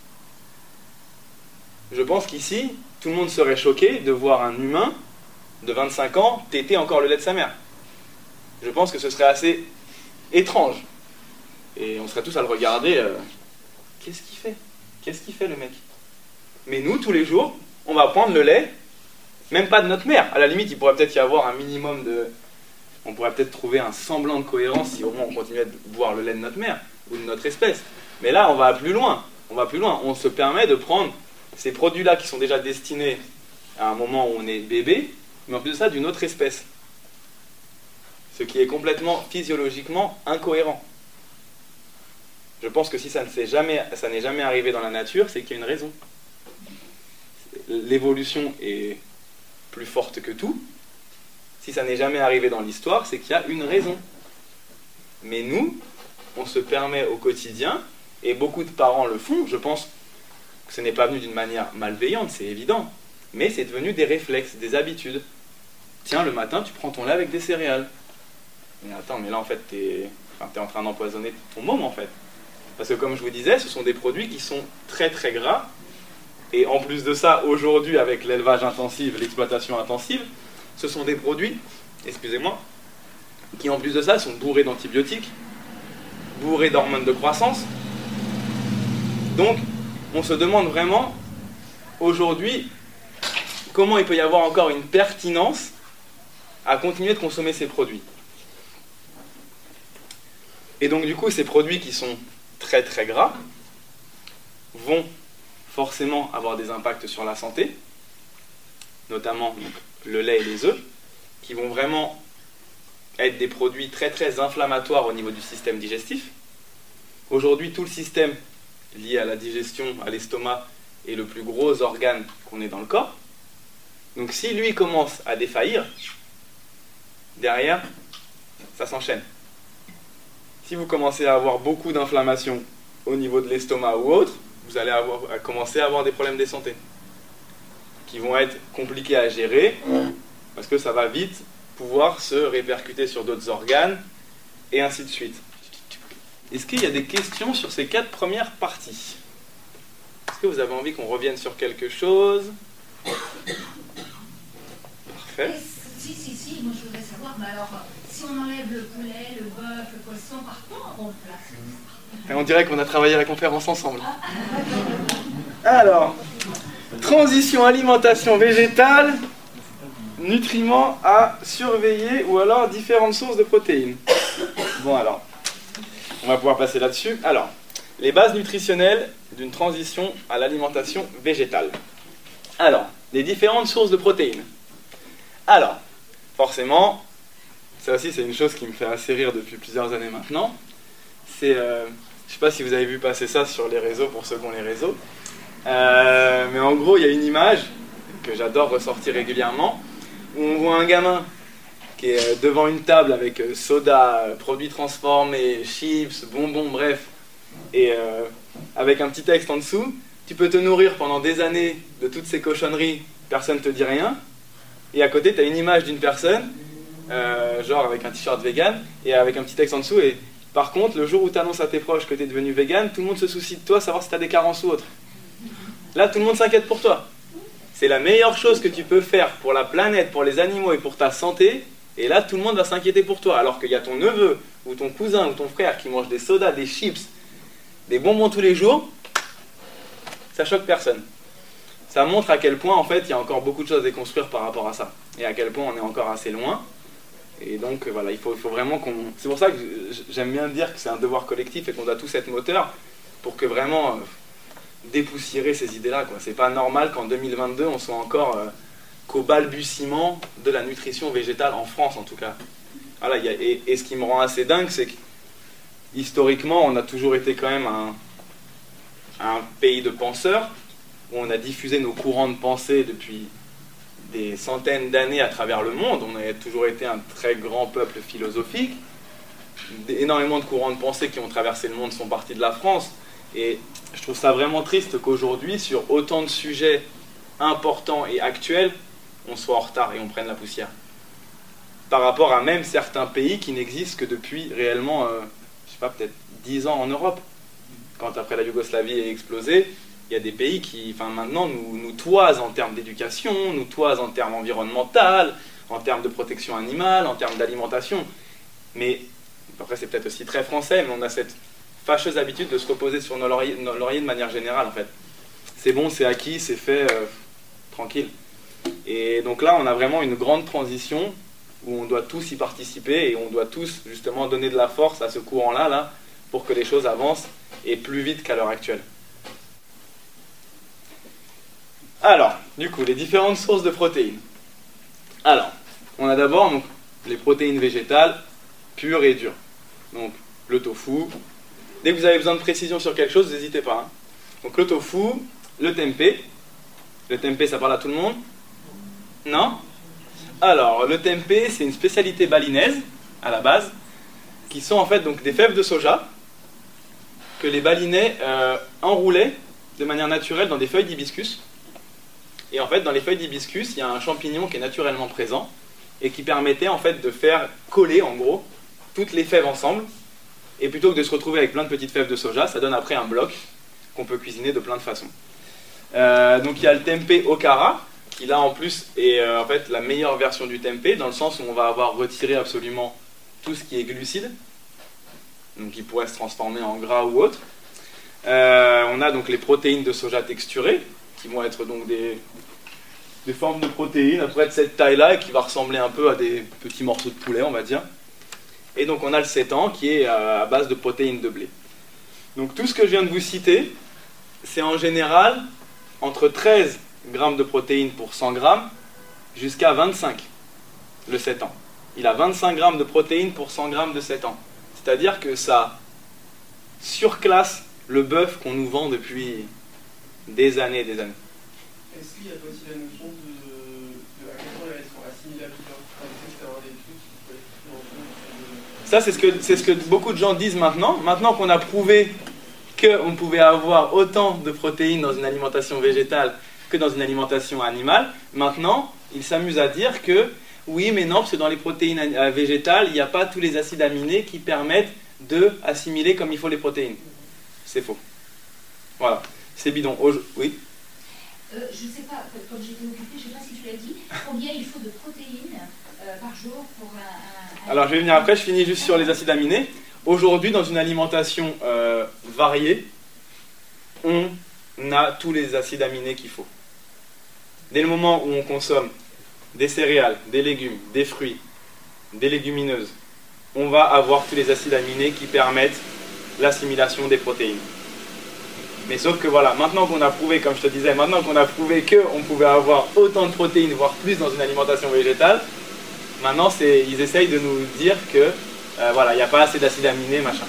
Je pense qu'ici, tout le monde serait choqué de voir un humain de vingt-cinq ans téter encore le lait de sa mère. Je pense que ce serait assez étrange. Et on serait tous à le regarder. Euh, Qu'est-ce qu'il fait? Qu'est-ce qu'il fait le mec? Mais nous, tous les jours, on va prendre le lait, même pas de notre mère. À la limite, il pourrait peut-être y avoir un minimum de... On pourrait peut-être trouver un semblant de cohérence si au moins on continuait de boire le lait de notre mère ou de notre espèce. Mais là, on va plus loin. On va plus loin. On se permet de prendre ces produits-là qui sont déjà destinés à un moment où on est bébé, mais en plus de ça, d'une autre espèce. Ce qui est complètement physiologiquement incohérent. Je pense que si ça ne s'est jamais, ça n'est jamais arrivé dans la nature, c'est qu'il y a une raison. L'évolution est plus forte que tout. Si ça n'est jamais arrivé dans l'histoire, c'est qu'il y a une raison. Mais nous, on se permet au quotidien, et beaucoup de parents le font, je pense que ce n'est pas venu d'une manière malveillante, c'est évident, mais c'est devenu des réflexes, des habitudes. Tiens, le matin, tu prends ton lait avec des céréales. Mais attends, mais là en fait, tu es enfin, t'es en train d'empoisonner ton môme en fait. Parce que comme je vous disais, ce sont des produits qui sont très très gras. Et en plus de ça, aujourd'hui, avec l'élevage intensif, l'exploitation intensive, ce sont des produits, excusez-moi, qui en plus de ça sont bourrés d'antibiotiques, bourrés d'hormones de croissance. Donc, on se demande vraiment, aujourd'hui, comment il peut y avoir encore une pertinence à continuer de consommer ces produits. Et donc du coup, ces produits qui sont très très gras vont forcément avoir des impacts sur la santé, notamment donc, le lait et les œufs, qui vont vraiment être des produits très très inflammatoires au niveau du système digestif. Aujourd'hui, tout le système lié à la digestion, à l'estomac, est le plus gros organe qu'on ait dans le corps. Donc si lui commence à défaillir, derrière, ça s'enchaîne. Si vous commencez à avoir beaucoup d'inflammation au niveau de l'estomac ou autre, vous allez avoir, à commencer à avoir des problèmes de santé qui vont être compliqués à gérer parce que ça va vite pouvoir se répercuter sur d'autres organes et ainsi de suite. Est-ce qu'il y a des questions sur ces quatre premières parties? Est-ce que vous avez envie qu'on revienne sur quelque chose? Parfait. Si, si, si, moi je voudrais savoir, mais alors, si on enlève le poulet, le bœuf, le poisson, par quoi on remplace? Et on dirait qu'on a travaillé la conférence ensemble. Alors, transition alimentation végétale, nutriments à surveiller ou alors différentes sources de protéines. Bon alors, on va pouvoir passer là-dessus. Alors, les bases nutritionnelles d'une transition à l'alimentation végétale. Alors, les différentes sources de protéines. Alors, forcément, ça aussi c'est une chose qui me fait assez rire depuis plusieurs années maintenant. C'est, euh, je ne sais pas si vous avez vu passer ça sur les réseaux pour ceux qui ont les réseaux. Euh, mais en gros, il y a une image que j'adore ressortir régulièrement où on voit un gamin qui est devant une table avec soda, produits transformés, chips, bonbons, bref, et euh, avec un petit texte en dessous. Tu peux te nourrir pendant des années de toutes ces cochonneries, personne ne te dit rien. Et à côté, tu as une image d'une personne, euh, genre avec un t-shirt vegan, et avec un petit texte en dessous. Et par contre, le jour où tu annonces à tes proches que tu es devenu vegan, tout le monde se soucie de toi, savoir si tu as des carences ou autre. Là, tout le monde s'inquiète pour toi. C'est la meilleure chose que tu peux faire pour la planète, pour les animaux et pour ta santé. Et là, tout le monde va s'inquiéter pour toi. Alors qu'il y a ton neveu, ou ton cousin, ou ton frère qui mange des sodas, des chips, des bonbons tous les jours. Ça choque personne. Ça montre à quel point, en fait, il y a encore beaucoup de choses à déconstruire par rapport à ça. Et à quel point on est encore assez loin. Et donc, voilà, il faut, il faut vraiment qu'on... C'est pour ça que j'aime bien dire que c'est un devoir collectif et qu'on doit tous être moteur pour que vraiment... dépoussiérer ces idées-là, quoi. C'est pas normal qu'en deux mille vingt-deux, on soit encore euh, qu'au balbutiement de la nutrition végétale, en France en tout cas. Voilà, y a, et, et ce qui me rend assez dingue, c'est que historiquement, on a toujours été quand même un, un pays de penseurs, où on a diffusé nos courants de pensée depuis des centaines d'années à travers le monde. On a toujours été un très grand peuple philosophique. Énormément de courants de pensée qui ont traversé le monde sont partis de la France. Et je trouve ça vraiment triste qu'aujourd'hui, sur autant de sujets importants et actuels, on soit en retard et on prenne la poussière. Par rapport à même certains pays qui n'existent que depuis réellement, euh, je sais pas, peut-être dix ans en Europe. Quand après la Yougoslavie est explosée, il y a des pays qui, enfin maintenant, nous, nous toisent en termes d'éducation, nous toisent en termes environnementaux, en termes de protection animale, en termes d'alimentation. Mais, après c'est peut-être aussi très français, mais on a cette fâcheuse habitude de se reposer sur nos lauriers, nos lauriers de manière générale en fait. C'est bon, c'est acquis, c'est fait, euh, tranquille. Et donc là, on a vraiment une grande transition où on doit tous y participer et on doit tous justement donner de la force à ce courant-là là, pour que les choses avancent et plus vite qu'à l'heure actuelle. Alors, du coup, les différentes sources de protéines. Alors, on a d'abord donc, les protéines végétales pures et dures. Donc, le tofu. Dès que vous avez besoin de précision sur quelque chose, n'hésitez pas. Hein. Donc le tofu, le tempeh. Le tempeh, ça parle à tout le monde? Non? Alors, le tempeh, c'est une spécialité balinaise, à la base, qui sont en fait donc des fèves de soja que les balinais euh, enroulaient de manière naturelle dans des feuilles d'hibiscus. Et en fait, dans les feuilles d'hibiscus, il y a un champignon qui est naturellement présent et qui permettait en fait de faire coller, en gros, toutes les fèves ensemble. Et plutôt que de se retrouver avec plein de petites fèves de soja, ça donne après un bloc qu'on peut cuisiner de plein de façons. Euh, donc il y a le tempeh okara, qui là en plus est euh, en fait la meilleure version du tempeh, dans le sens où on va avoir retiré absolument tout ce qui est glucides, donc qui pourrait se transformer en gras ou autre. Euh, on a donc les protéines de soja texturées, qui vont être donc des, des formes de protéines, à peu près de cette taille-là, et qui va ressembler un peu à des petits morceaux de poulet, on va dire. Et donc on a le sétan qui est à base de protéines de blé. Donc tout ce que je viens de vous citer, c'est en général entre treize grammes de protéines pour cent grammes jusqu'à vingt-cinq, le sétan. Il a vingt-cinq grammes de protéines pour cent grammes de sétan. C'est-à-dire que ça surclasse le bœuf qu'on nous vend depuis des années et des années. Est-ce qu'il y a pas aussi la notion de, de à quel point elles sont assimilables différentes, des trucs qui peuvent être pris en compte? Ça, c'est ce que, c'est ce que beaucoup de gens disent maintenant. Maintenant qu'on a prouvé qu'on pouvait avoir autant de protéines dans une alimentation végétale que dans une alimentation animale, maintenant, ils s'amusent à dire que oui, mais non, parce que dans les protéines végétales, il n'y a pas tous les acides aminés qui permettent d'assimiler comme il faut les protéines. C'est faux. Voilà. c'est bidon. Au- Oui. Euh, je ne sais pas, comme j'étais occupée, je ne sais pas si tu l'as dit, combien il faut de protéines euh, par jour pour un, un- Alors je vais venir après, je finis juste sur les acides aminés. Aujourd'hui, dans une alimentation euh, variée, on a tous les acides aminés qu'il faut. Dès le moment où on consomme des céréales, des légumes, des fruits, des légumineuses, on va avoir tous les acides aminés qui permettent l'assimilation des protéines. Mais sauf que voilà, maintenant qu'on a prouvé, comme je te disais, maintenant qu'on a prouvé qu'on pouvait avoir autant de protéines, voire plus dans une alimentation végétale, maintenant c'est, ils essayent de nous dire que euh, voilà, il n'y a pas assez d'acides aminés, machin.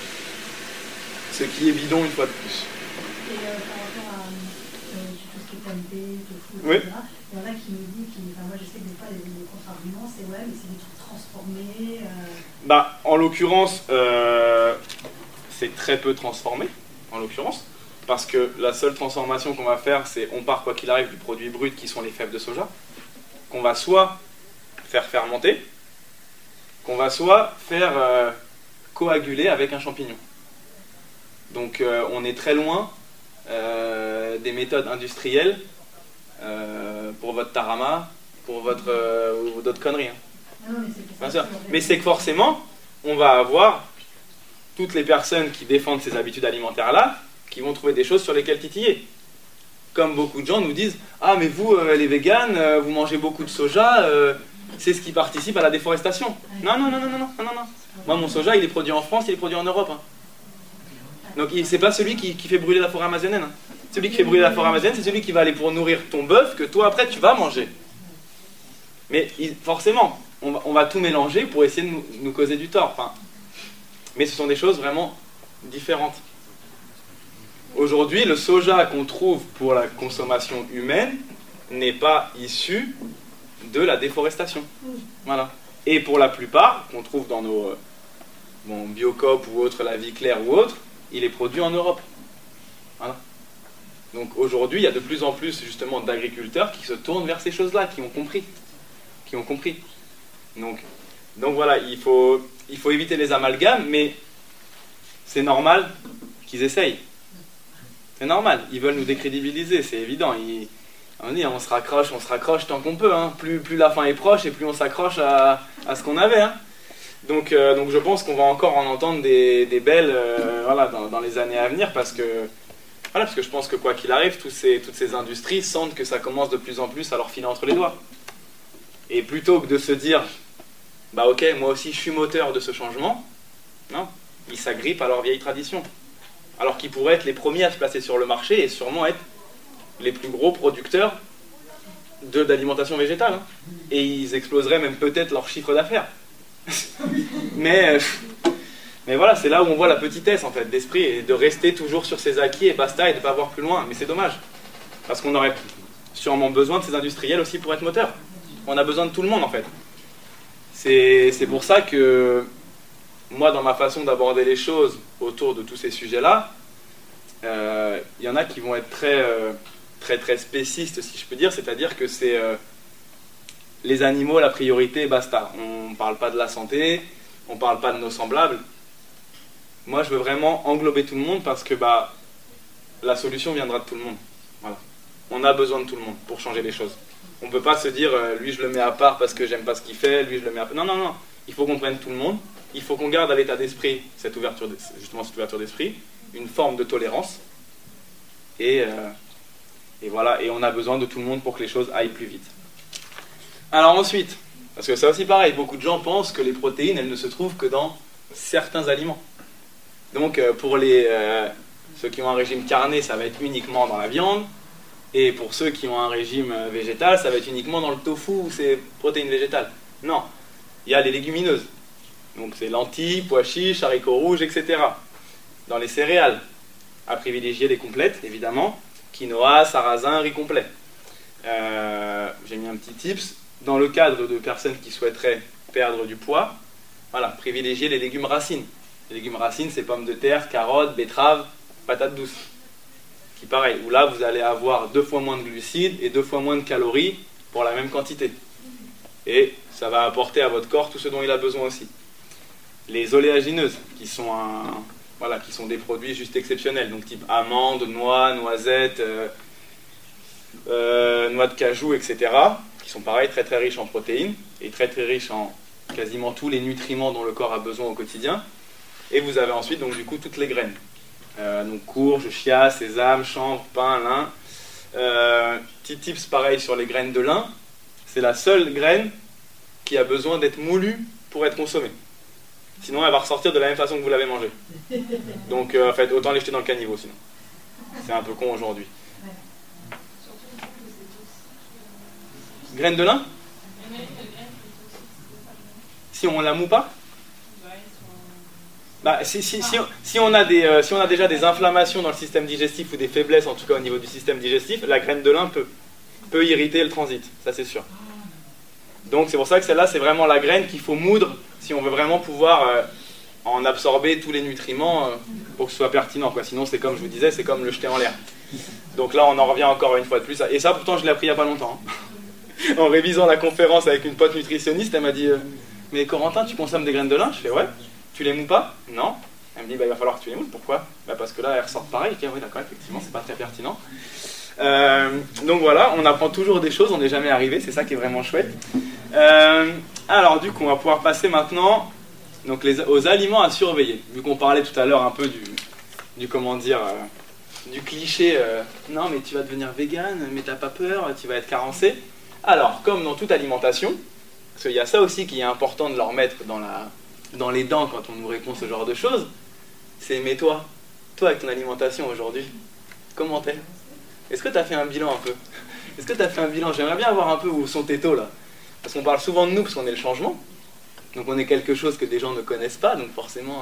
Ce qui est bidon une fois de plus. Et euh, par rapport à euh, tout ce qui est planté, tofu, Oui. et cetera, il y en a qui me disent, qui, enfin, moi je sais que des fois les, les contre-arguments c'est ouais, mais c'est des trucs transformés. Euh... Bah, en l'occurrence, euh, c'est très peu transformé, en l'occurrence, parce que la seule transformation qu'on va faire, c'est on part quoi qu'il arrive du produit brut qui sont les fèves de soja, qu'on va soit faire fermenter, qu'on va soit faire euh, coaguler avec un champignon. Donc euh, on est très loin euh, des méthodes industrielles euh, pour votre tarama, pour votre euh, ou d'autres conneries. Hein. Non, mais c'est Bien sûr. Mais c'est que forcément, on va avoir toutes les personnes qui défendent ces habitudes alimentaires-là, qui vont trouver des choses sur lesquelles titiller. Comme beaucoup de gens nous disent « Ah, mais vous, euh, les véganes, euh, vous mangez beaucoup de soja, euh, c'est ce qui participe à la déforestation. » Non, non, non, non, non, non, non, non. Moi, mon soja, il est produit en France, il est produit en Europe. Hein. Donc, c'est pas celui qui, qui fait brûler la forêt amazonienne. Hein. Celui qui fait brûler la forêt amazonienne, c'est celui qui va aller pour nourrir ton bœuf que toi, après, tu vas manger. Mais il, forcément, on va, on va tout mélanger pour essayer de nous, nous causer du tort. Enfin, mais ce sont des choses vraiment différentes. Aujourd'hui, le soja qu'on trouve pour la consommation humaine n'est pas issu de la déforestation. Voilà. Et pour la plupart, qu'on trouve dans nos euh, bon, Biocop ou autres, La Vie Claire ou autres, il est produit en Europe. Voilà. Donc aujourd'hui, il y a de plus en plus justement d'agriculteurs qui se tournent vers ces choses-là, qui ont compris. Qui ont compris. Donc, donc voilà, il faut, il faut éviter les amalgames, mais c'est normal qu'ils essayent. C'est normal, ils veulent nous décrédibiliser, c'est évident. Ils, on, dit, on se raccroche, on se raccroche tant qu'on peut. Hein. Plus, plus la fin est proche et plus on s'accroche à, à ce qu'on avait. Hein. Donc, euh, donc je pense qu'on va encore en entendre des, des belles euh, voilà, dans, dans les années à venir parce que, voilà, parce que je pense que quoi qu'il arrive, tous ces, toutes ces industries sentent que ça commence de plus en plus à leur filer entre les doigts. Et plutôt que de se dire, bah ok, moi aussi je suis moteur de ce changement, non, ils s'agrippent à leur vieille tradition. Alors qu'ils pourraient être les premiers à se placer sur le marché et sûrement être les plus gros producteurs de, d'alimentation végétale. Hein. Et ils exploseraient même peut-être leur chiffre d'affaires. mais, mais voilà, c'est là où on voit la petitesse en fait, d'esprit et de rester toujours sur ses acquis et basta et de ne pas voir plus loin. Mais c'est dommage. Parce qu'on aurait sûrement besoin de ces industriels aussi pour être moteurs. On a besoin de tout le monde en fait. C'est, c'est pour ça que moi, dans ma façon d'aborder les choses autour de tous ces sujets-là, il euh, y en a qui vont être très, euh, très, très spécistes, si je peux dire, c'est-à-dire que c'est euh, les animaux, la priorité, basta. On ne parle pas de la santé, on ne parle pas de nos semblables. Moi, je veux vraiment englober tout le monde parce que bah, la solution viendra de tout le monde. Voilà. On a besoin de tout le monde pour changer les choses. On ne peut pas se dire, euh, lui, je le mets à part parce que j'aime pas ce qu'il fait, lui, je le mets à part. Non, non, non. Il faut qu'on prenne tout le monde. Il faut qu'on garde à l'état d'esprit cette ouverture, justement cette ouverture d'esprit, une forme de tolérance, et, euh, et voilà, et on a besoin de tout le monde pour que les choses aillent plus vite. Alors ensuite, parce que c'est aussi pareil, beaucoup de gens pensent que les protéines, elles ne se trouvent que dans certains aliments. Donc euh, pour les, euh, ceux qui ont un régime carné, ça va être uniquement dans la viande, et pour ceux qui ont un régime végétal, ça va être uniquement dans le tofu ou ces protéines végétales. Non, il y a les légumineuses. Donc c'est lentilles, pois chiches, haricots rouges, et cetera. Dans les céréales, à privilégier les complètes, évidemment. Quinoa, sarrasin, riz complet. Euh, j'ai mis un petit tips. Dans le cadre de personnes qui souhaiteraient perdre du poids, voilà, privilégier les légumes racines. Les légumes racines, c'est pommes de terre, carottes, betteraves, patates douces. Qui pareil, où là vous allez avoir deux fois moins de glucides et deux fois moins de calories pour la même quantité. Et ça va apporter à votre corps tout ce dont il a besoin aussi. Les oléagineuses, qui sont un, voilà, qui sont des produits juste exceptionnels, donc type amandes, noix, noisettes, euh, euh, noix de cajou, et cetera, qui sont pareil très très riches en protéines et très très riches en quasiment tous les nutriments dont le corps a besoin au quotidien. Et vous avez ensuite donc du coup toutes les graines, euh, donc courge, chia, sésame, chanvre, pin, lin. Euh, petit tips pareil sur les graines de lin, c'est la seule graine qui a besoin d'être moulue pour être consommée. Sinon elle va ressortir de la même façon que vous l'avez mangée. Donc euh, en fait autant les jeter dans le caniveau sinon. C'est un peu con aujourd'hui. Graines de lin? Si on la moue pas? Bah, si, si, si, si, on a des, euh, si on a déjà des inflammations dans le système digestif ou des faiblesses en tout cas au niveau du système digestif, la graine de lin peut, peut irriter le transit, ça c'est sûr. Donc c'est pour ça que celle-là c'est vraiment la graine qu'il faut moudre si on veut vraiment pouvoir euh, en absorber tous les nutriments euh, pour que ce soit pertinent, quoi. Sinon c'est comme je vous disais, c'est comme le jeter en l'air. Donc là on en revient encore une fois de plus, et ça pourtant je l'ai appris il n'y a pas longtemps. Hein. En révisant la conférence avec une pote nutritionniste, elle m'a dit euh, « Mais Corentin, tu consommes des graines de lin ?» Je fais « Ouais. » Tu les mous pas? Non. Elle me dit, bah, il va falloir que tu les moules. Pourquoi? Bah, parce que là, elles ressortent pareil. Je dis, ah oui, d'accord, effectivement, c'est pas très pertinent. Euh, donc voilà, on apprend toujours des choses, on n'est jamais arrivé, c'est ça qui est vraiment chouette. Euh, alors, du coup, on va pouvoir passer maintenant donc, les, aux aliments à surveiller. Vu qu'on parlait tout à l'heure un peu du, du comment dire, euh, du cliché, euh, non, mais tu vas devenir vegan, mais t'as pas peur, tu vas être carencé. Alors, comme dans toute alimentation, parce qu'il y a ça aussi qui est important de leur mettre dans la. dans les dents quand on nous répond ce genre de choses, c'est mais toi, toi avec ton alimentation aujourd'hui, comment t'es? Est-ce que tu as fait un bilan un peu? Est-ce que tu as fait un bilan? J'aimerais bien avoir un peu où sont tes taux là. Parce qu'on parle souvent de nous parce qu'on est le changement. Donc on est quelque chose que des gens ne connaissent pas, donc forcément,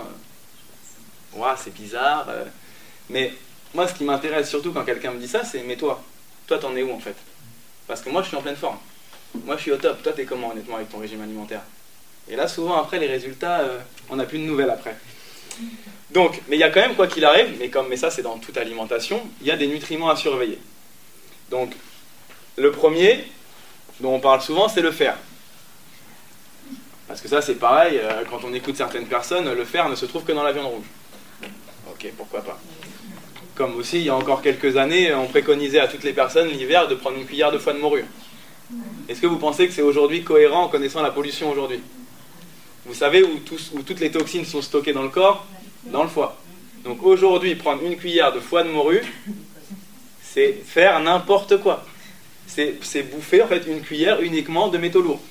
euh, ouais, c'est bizarre. Euh, mais moi ce qui m'intéresse surtout quand quelqu'un me dit ça, c'est mais toi, toi t'en es où en fait? Parce que moi je suis en pleine forme. Moi je suis au top. Toi t'es comment honnêtement avec ton régime alimentaire? Et là, souvent, après, les résultats, euh, on n'a plus de nouvelles après. Donc, mais il y a quand même, quoi qu'il arrive, mais, comme, mais ça, c'est dans toute alimentation, il y a des nutriments à surveiller. Donc, le premier, dont on parle souvent, c'est le fer. Parce que ça, c'est pareil, euh, quand on écoute certaines personnes, le fer ne se trouve que dans la viande rouge. Ok, pourquoi pas. Comme aussi, il y a encore quelques années, on préconisait à toutes les personnes, l'hiver, de prendre une cuillère de foie de morue. Est-ce que vous pensez que c'est aujourd'hui cohérent en connaissant la pollution aujourd'hui? Vous savez où, tous, où toutes les toxines sont stockées dans le corps? Dans le foie. Donc aujourd'hui, prendre une cuillère de foie de morue, c'est faire n'importe quoi. C'est, c'est bouffer en fait une cuillère uniquement de métaux lourds.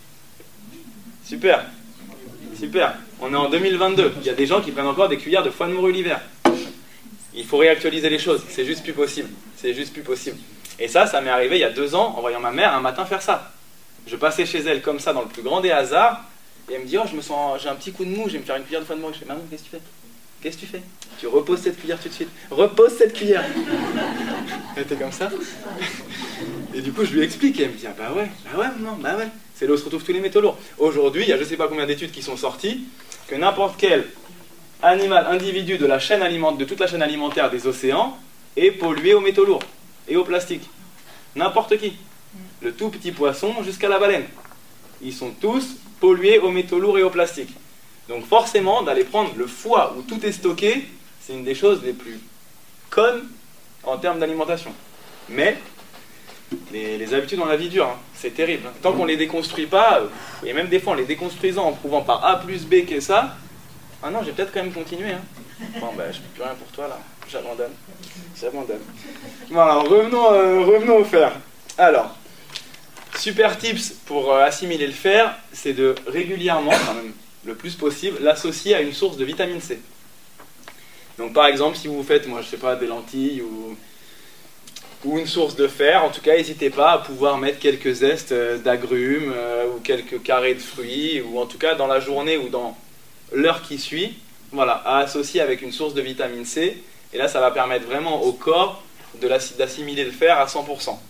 Super. Super. On est en deux mille vingt-deux. Il y a des gens qui prennent encore des cuillères de foie de morue l'hiver. Il faut réactualiser les choses. C'est juste plus possible. C'est juste plus possible. Et ça, ça m'est arrivé il y a deux ans en voyant ma mère un matin faire ça. Je passais chez elle comme ça dans le plus grand des hasards. Et elle me dit, oh, je me sens, j'ai un petit coup de mou, je vais me faire une cuillère de foie de morue. Je fais, maman, qu'est-ce que tu fais? Qu'est-ce que tu fais? Tu reposes cette cuillère tout de suite. Repose cette cuillère. Elle était comme ça. Et du coup, je lui explique. Et elle me dit, ah bah ouais, bah ouais, non, bah ouais. C'est là où se retrouvent tous les métaux lourds. Aujourd'hui, il y a je ne sais pas combien d'études qui sont sorties, que n'importe quel animal, individu de, la chaîne aliment, de toute la chaîne alimentaire des océans est pollué aux métaux lourds et au plastique. N'importe qui. Le tout petit poisson jusqu'à la baleine. Ils sont tous pollués aux métaux lourds et au plastique. Donc forcément, d'aller prendre le foie où tout est stocké, c'est une des choses les plus connes en termes d'alimentation. Mais les, les habitudes dans la vie dure, hein, c'est terrible. Tant qu'on ne les déconstruit pas, et même des fois en les déconstruisant, en prouvant par A plus B que ça, ah non, j'ai peut-être quand même continué. Hein. Bon, ben, je ne peux plus rien pour toi là, j'abandonne. J'abandonne. Bon, alors revenons, euh, revenons au fer. Alors, super tips pour euh, assimiler le fer, c'est de régulièrement, quand même le plus possible, l'associer à une source de vitamine C. Donc par exemple, si vous faites, moi je sais pas, des lentilles ou, ou une source de fer, en tout cas, n'hésitez pas à pouvoir mettre quelques zestes euh, d'agrumes euh, ou quelques carrés de fruits, ou en tout cas dans la journée ou dans l'heure qui suit, voilà, à associer avec une source de vitamine C. Et là, ça va permettre vraiment au corps de d'assimiler le fer à cent pour cent.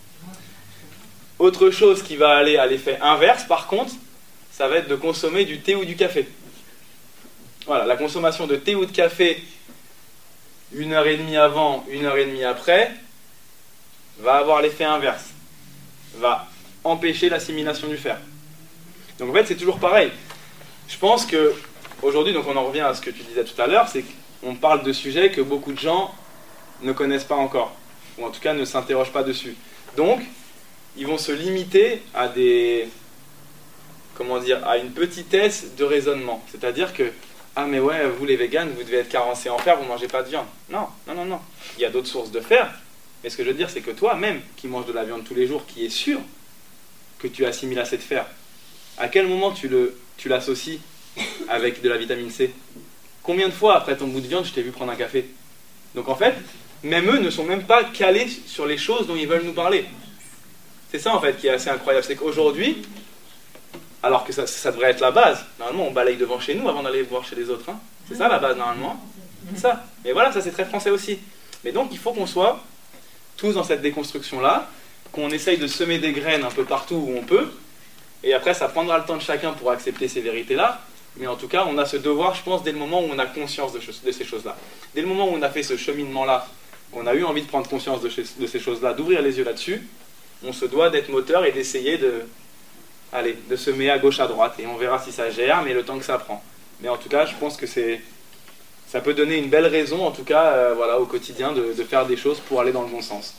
Autre chose qui va aller à l'effet inverse, par contre, ça va être de consommer du thé ou du café. Voilà, la consommation de thé ou de café, une heure et demie avant, une heure et demie après, va avoir l'effet inverse. Va empêcher l'assimilation du fer. Donc en fait, c'est toujours pareil. Je pense que, aujourd'hui, donc on en revient à ce que tu disais tout à l'heure, c'est on parle de sujets que beaucoup de gens ne connaissent pas encore, ou en tout cas ne s'interrogent pas dessus. Donc, ils vont se limiter à des, comment dire, à une petitesse de raisonnement. C'est-à-dire que, ah mais ouais, vous les véganes, vous devez être carencés en fer, vous ne mangez pas de viande. Non, non, non, non. Il y a d'autres sources de fer, mais ce que je veux dire, c'est que toi, même, qui manges de la viande tous les jours, qui est sûr que tu assimiles assez de fer, à quel moment tu le, tu l'associes avec de la vitamine C? Combien de fois, après ton bout de viande, je t'ai vu prendre un café? Donc en fait, même eux ne sont même pas calés sur les choses dont ils veulent nous parler. C'est ça en fait qui est assez incroyable, c'est qu'aujourd'hui, alors que ça, ça devrait être la base, normalement on balaye devant chez nous avant d'aller voir chez les autres, hein. C'est ça la base normalement, c'est ça. Mais voilà, ça c'est très français aussi. Mais donc il faut qu'on soit tous dans cette déconstruction-là, qu'on essaye de semer des graines un peu partout où on peut, et après ça prendra le temps de chacun pour accepter ces vérités-là, mais en tout cas on a ce devoir, je pense, dès le moment où on a conscience de, de ces choses-là. Dès le moment où on a fait ce cheminement-là, qu'on a eu envie de prendre conscience de, de ces choses-là, d'ouvrir les yeux là-dessus, on se doit d'être moteur et d'essayer de, allez, de semer à gauche à droite, et on verra si ça gère, mais le temps que ça prend. Mais en tout cas, je pense que c'est, ça peut donner une belle raison, en tout cas, euh, voilà, au quotidien, de, de faire des choses pour aller dans le bon sens.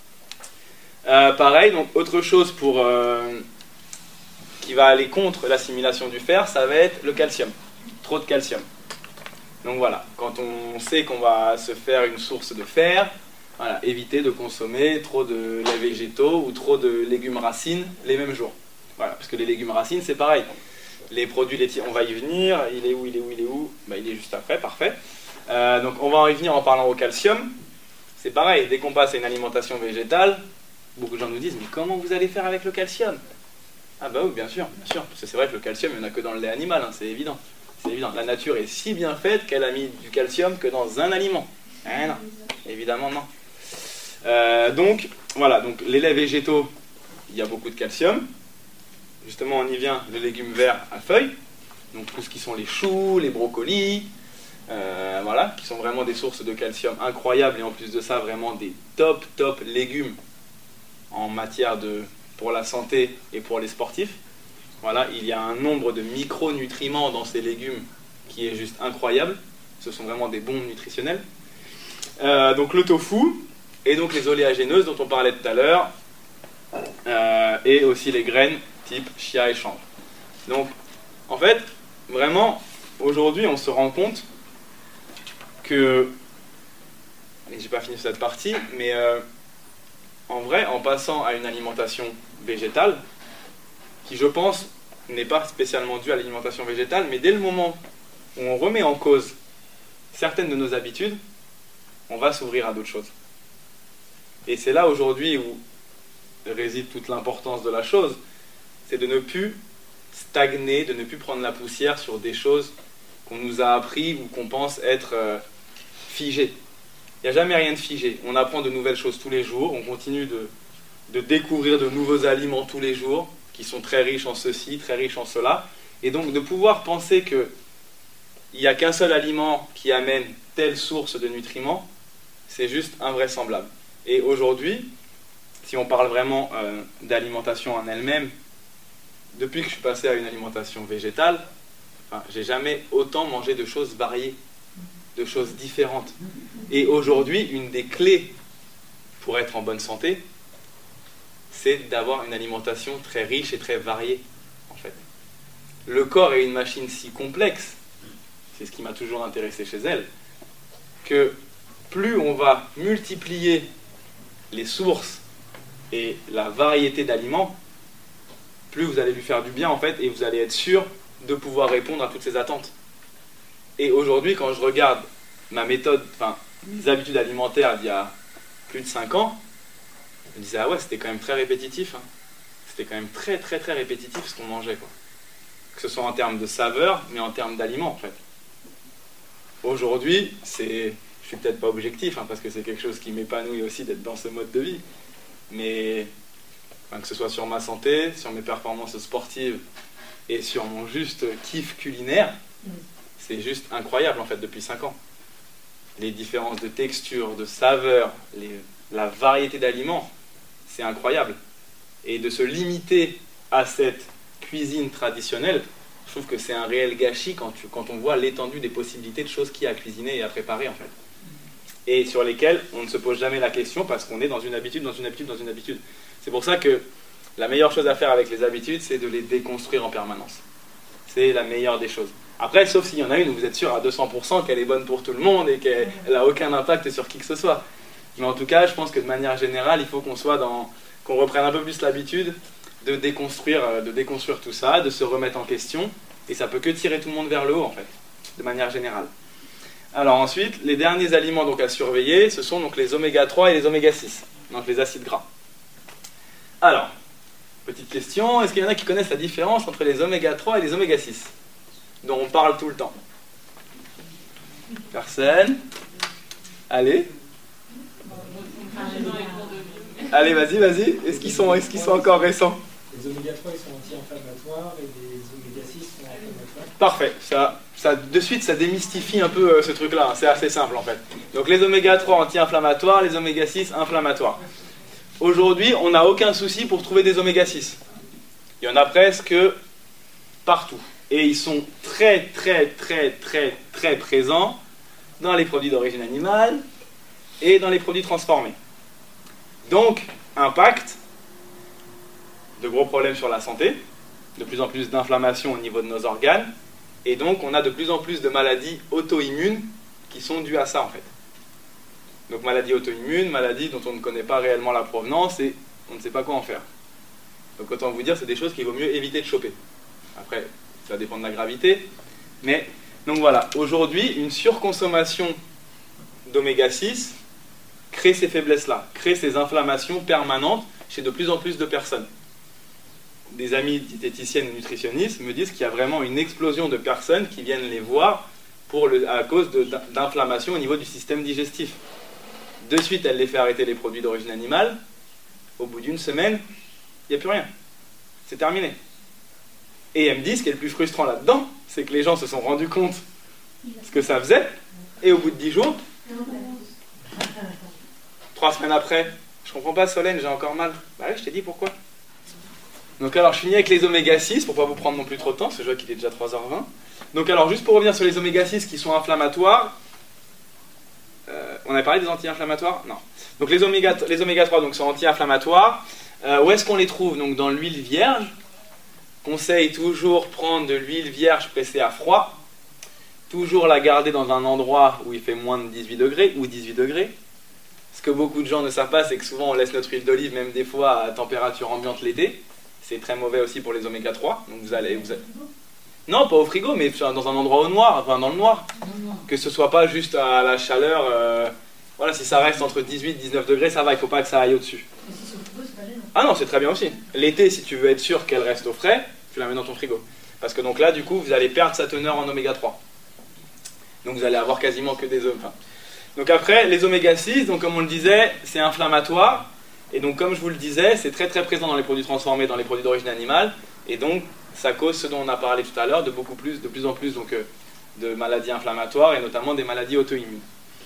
Euh, pareil, donc autre chose pour, euh, qui va aller contre l'assimilation du fer, ça va être le calcium. Trop de calcium. Donc voilà, quand on sait qu'on va se faire une source de fer, voilà, éviter de consommer trop de laits végétaux ou trop de légumes racines les mêmes jours. Voilà, parce que les légumes racines, c'est pareil. Les produits laitiers, on va y venir. Il est où, il est où, il est où? Bah, il est juste après, parfait. Euh, donc on va y venir en parlant au calcium. C'est pareil, dès qu'on passe à une alimentation végétale, beaucoup de gens nous disent, mais comment vous allez faire avec le calcium? Ah bah oui, bien sûr, bien sûr. Parce que c'est vrai que le calcium, il n'y en a que dans le lait animal, hein, c'est évident. C'est évident. La nature est si bien faite qu'elle a mis du calcium que dans un aliment. Eh non, évidemment non. Euh, donc, voilà, donc les laits végétaux, il y a beaucoup de calcium. Justement, on y vient, les légumes verts à feuilles. Donc tout ce qui sont les choux, les brocolis, euh, voilà, qui sont vraiment des sources de calcium incroyables. Et en plus de ça, vraiment des top, top légumes en matière de, pour la santé et pour les sportifs. Voilà, il y a un nombre de micronutriments dans ces légumes qui est juste incroyable. Ce sont vraiment des bombes nutritionnelles. Euh, donc le tofu, et donc les oléagineuses dont on parlait tout à l'heure, euh, et aussi les graines type chia et chanvre. Donc, en fait, vraiment, aujourd'hui, on se rend compte que... Allez, j'ai pas fini cette partie, mais euh, en vrai, en passant à une alimentation végétale, qui, je pense, n'est pas spécialement due à l'alimentation végétale, mais dès le moment où on remet en cause certaines de nos habitudes, on va s'ouvrir à d'autres choses. Et c'est là, aujourd'hui, où réside toute l'importance de la chose, c'est de ne plus stagner, de ne plus prendre la poussière sur des choses qu'on nous a appris ou qu'on pense être euh, figées. Il n'y a jamais rien de figé. On apprend de nouvelles choses tous les jours, on continue de, de découvrir de nouveaux aliments tous les jours, qui sont très riches en ceci, très riches en cela. Et donc de pouvoir penser qu'il n'y a qu'un seul aliment qui amène telle source de nutriments, c'est juste invraisemblable. Et aujourd'hui, si on parle vraiment euh, d'alimentation en elle-même, depuis que je suis passé à une alimentation végétale, enfin, j'ai jamais autant mangé de choses variées, de choses différentes. Et aujourd'hui, une des clés pour être en bonne santé, c'est d'avoir une alimentation très riche et très variée, en fait. Le corps est une machine si complexe, c'est ce qui m'a toujours intéressé chez elle, que plus on va multiplier les sources et la variété d'aliments, plus vous allez lui faire du bien en fait, et vous allez être sûr de pouvoir répondre à toutes ces attentes. Et aujourd'hui, quand je regarde ma méthode, enfin mes habitudes alimentaires d'il y a plus de cinq ans, je me disais ah ouais, c'était quand même très répétitif, hein. C'était quand même très très très répétitif ce qu'on mangeait, quoi. Que ce soit en termes de saveur, mais en termes d'aliments en fait. Aujourd'hui, c'est, je suis peut-être pas objectif, hein, parce que c'est quelque chose qui m'épanouit aussi d'être dans ce mode de vie, mais enfin, que ce soit sur ma santé, sur mes performances sportives et sur mon juste kiff culinaire, c'est juste incroyable en fait depuis cinq ans. Les différences de texture, de saveur, les, la variété d'aliments, c'est incroyable. Et de se limiter à cette cuisine traditionnelle, je trouve que c'est un réel gâchis quand, tu, quand on voit l'étendue des possibilités de choses qu'il y a à cuisiner et à préparer en fait. Et sur lesquelles on ne se pose jamais la question parce qu'on est dans une habitude, dans une habitude, dans une habitude. C'est pour ça que la meilleure chose à faire avec les habitudes, c'est de les déconstruire en permanence. C'est la meilleure des choses. Après, sauf s'il y en a une où vous êtes sûr à deux cents pour cent qu'elle est bonne pour tout le monde et qu'elle n'a aucun impact sur qui que ce soit. Mais en tout cas, je pense que de manière générale, il faut qu'on soit dans, qu'on reprenne un peu plus l'habitude de déconstruire, de déconstruire tout ça, de se remettre en question. Et ça peut que tirer tout le monde vers le haut, en fait, de manière générale. Alors ensuite, les derniers aliments donc à surveiller, ce sont donc les oméga trois et les oméga six, donc les acides gras. Alors, petite question, est-ce qu'il y en a qui connaissent la différence entre les oméga trois et les oméga six, dont on parle tout le temps? Personne? Allez. Allez, vas-y, vas-y. Est-ce qu'ils sont, est-ce qu'ils sont encore récents? Les oméga trois ils sont anti-inflammatoires et les oméga six sont inflammatoires. Parfait. Ça, ça, de suite, ça démystifie un peu euh, ce truc-là. C'est assez simple en fait. Donc les oméga trois anti-inflammatoires, les oméga six inflammatoires. Aujourd'hui, on n'a aucun souci pour trouver des oméga six. Il y en a presque partout. Et ils sont très, très, très, très, très présents dans les produits d'origine animale et dans les produits transformés. Donc, impact, de gros problèmes sur la santé, de plus en plus d'inflammation au niveau de nos organes, et donc on a de plus en plus de maladies auto-immunes qui sont dues à ça en fait. Donc maladies auto-immunes, maladies dont on ne connaît pas réellement la provenance et on ne sait pas quoi en faire. Donc autant vous dire, c'est des choses qu'il vaut mieux éviter de choper. Après, ça dépend de la gravité, mais donc voilà, aujourd'hui, une surconsommation d'oméga six crée ces faiblesses-là, crée ces inflammations permanentes chez de plus en plus de personnes. Des amis diététiciennes et nutritionnistes me disent qu'il y a vraiment une explosion de personnes qui viennent les voir pour le, à cause de, d'inflammation au niveau du système digestif. De suite, elle les fait arrêter les produits d'origine animale. Au bout d'une semaine, il n'y a plus rien. C'est terminé. Et elle me dit, ce qui est le plus frustrant là-dedans, c'est que les gens se sont rendus compte ce que ça faisait, et au bout de dix jours, trois semaines après, je comprends pas Solène, j'ai encore mal. Bah oui, je t'ai dit pourquoi. Donc alors, je finis avec les oméga six, pour pas vous prendre non plus trop de temps, parce que je vois qu'il est déjà trois heures vingt. Donc alors, juste pour revenir sur les oméga six qui sont inflammatoires, euh, on avait parlé des anti-inflammatoires? Non. Donc les oméga, les oméga trois donc, sont anti-inflammatoires. Euh, où est-ce qu'on les trouve? Donc dans l'huile vierge. Conseille toujours prendre de l'huile vierge pressée à froid. Toujours la garder dans un endroit où il fait moins de dix-huit degrés ou dix-huit degrés. Ce que beaucoup de gens ne savent pas, c'est que souvent on laisse notre huile d'olive, même des fois à température ambiante l'été. C'est très mauvais aussi pour les oméga trois. Donc vous allez, vous allez... Non, pas au frigo, mais dans un endroit au noir, enfin dans le noir. Que ce soit pas juste à la chaleur. Euh... Voilà, si ça reste entre dix-huit et dix-neuf degrés, ça va, il ne faut pas que ça aille au-dessus. Ah non, c'est très bien aussi. L'été, si tu veux être sûr qu'elle reste au frais, tu la mets dans ton frigo. Parce que donc là, du coup, vous allez perdre sa teneur en oméga trois. Donc vous allez avoir quasiment que des oméga. Donc après, les oméga six, donc comme on le disait, c'est inflammatoire. Et donc comme je vous le disais, c'est très très présent dans les produits transformés, dans les produits d'origine animale. Et donc ça cause ce dont on a parlé tout à l'heure, de beaucoup plus, de plus en plus donc, de maladies inflammatoires et notamment des maladies auto-immunes.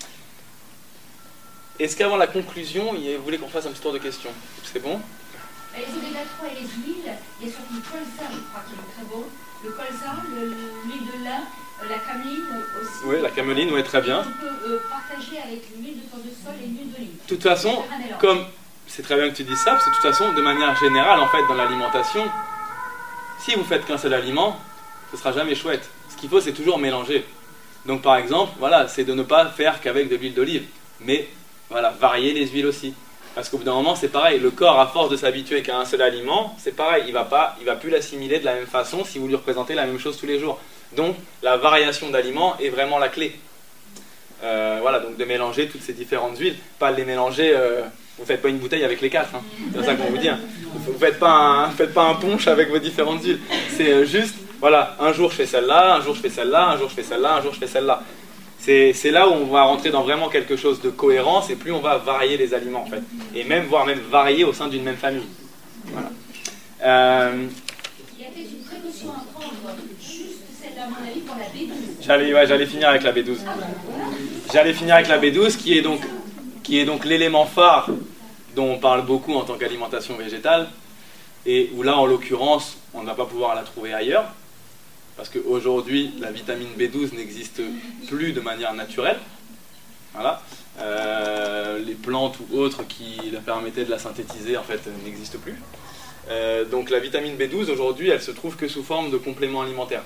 Est-ce qu'avant la conclusion, vous voulez qu'on fasse un petit tour de questions? C'est bon? Les oméga trois et les huiles, il y a surtout le colza, je crois, qui est très bon. Le colza, le- l'huile de lin, euh, la cameline aussi. Oui, la cameline, oui, très bien. On peut euh, partager avec l'huile de tournesol et l'huile d'olive. De toute façon, Faire un mélange. comme c'est très bien que tu dises ça, parce que de toute façon, de manière générale, en fait, dans l'alimentation, si vous faites qu'un seul aliment, ce sera jamais chouette. Ce qu'il faut, c'est toujours mélanger. Donc, par exemple, voilà, c'est de ne pas faire qu'avec de l'huile d'olive, mais voilà, varier les huiles aussi. Parce qu'au bout d'un moment, c'est pareil. Le corps, à force de s'habituer qu'à un seul aliment, c'est pareil. Il va pas, il va plus l'assimiler de la même façon si vous lui représentez la même chose tous les jours. Donc, la variation d'aliments est vraiment la clé. Euh, voilà, donc de mélanger toutes ces différentes huiles, pas les mélanger. Euh, vous faites pas une bouteille avec les quatre. Hein. C'est ça qu'on vous dit. Hein. Vous faites pas un, faites pas un punch avec vos différentes huiles. C'est euh, juste, voilà, un jour je fais celle-là, un jour je fais celle-là, un jour je fais celle-là, un jour je fais celle-là. C'est, c'est là où on va rentrer dans vraiment quelque chose de cohérence et plus on va varier les aliments en fait. Et même, voire même varier au sein d'une même famille. Voilà. Euh, Il y a peut-être une précaution à prendre, juste celle à mon avis pour la B douze. J'allais, ouais, j'allais finir avec la B douze. J'allais finir avec la B douze qui est donc, qui est donc l'élément phare dont on parle beaucoup en tant qu'alimentation végétale et où là en l'occurrence on ne va pas pouvoir la trouver ailleurs. parce qu'aujourd'hui, la vitamine B douze n'existe plus de manière naturelle. Voilà. Euh, les plantes ou autres qui la permettaient de la synthétiser, en fait, n'existent plus. Euh, donc la vitamine B douze, aujourd'hui, elle se trouve que sous forme de complément alimentaire.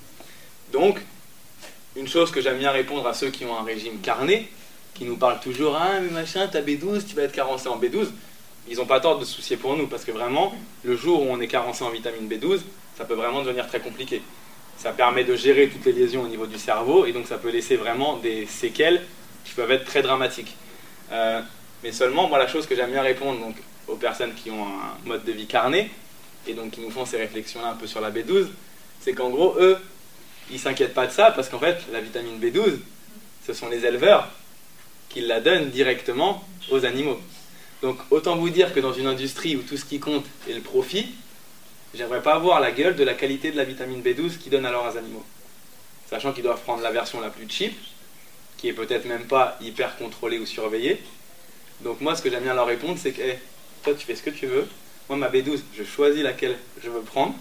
Donc, une chose que j'aime bien répondre à ceux qui ont un régime carné, qui nous parlent toujours « Ah, mais machin, t'as B douze, tu vas être carencé en B douze », ils n'ont pas tort de se soucier pour nous, parce que vraiment, le jour où on est carencé en vitamine B douze, ça peut vraiment devenir très compliqué. Ça permet de gérer toutes les lésions au niveau du cerveau, et donc ça peut laisser vraiment des séquelles qui peuvent être très dramatiques. Euh, mais seulement, moi, la chose que j'aime bien répondre donc, aux personnes qui ont un mode de vie carné, et donc qui nous font ces réflexions-là un peu sur la B douze, c'est qu'en gros, eux, ils ne s'inquiètent pas de ça, parce qu'en fait, la vitamine B douze, ce sont les éleveurs qui la donnent directement aux animaux. Donc, autant vous dire que dans une industrie où tout ce qui compte est le profit, j'aimerais pas avoir la gueule de la qualité de la vitamine B douze qu'ils donnent à leurs animaux. Sachant qu'ils doivent prendre la version la plus cheap, qui est peut-être même pas hyper contrôlée ou surveillée. Donc moi, ce que j'aime bien leur répondre, c'est que hey, toi, tu fais ce que tu veux. Moi, ma B douze, je choisis laquelle je veux prendre,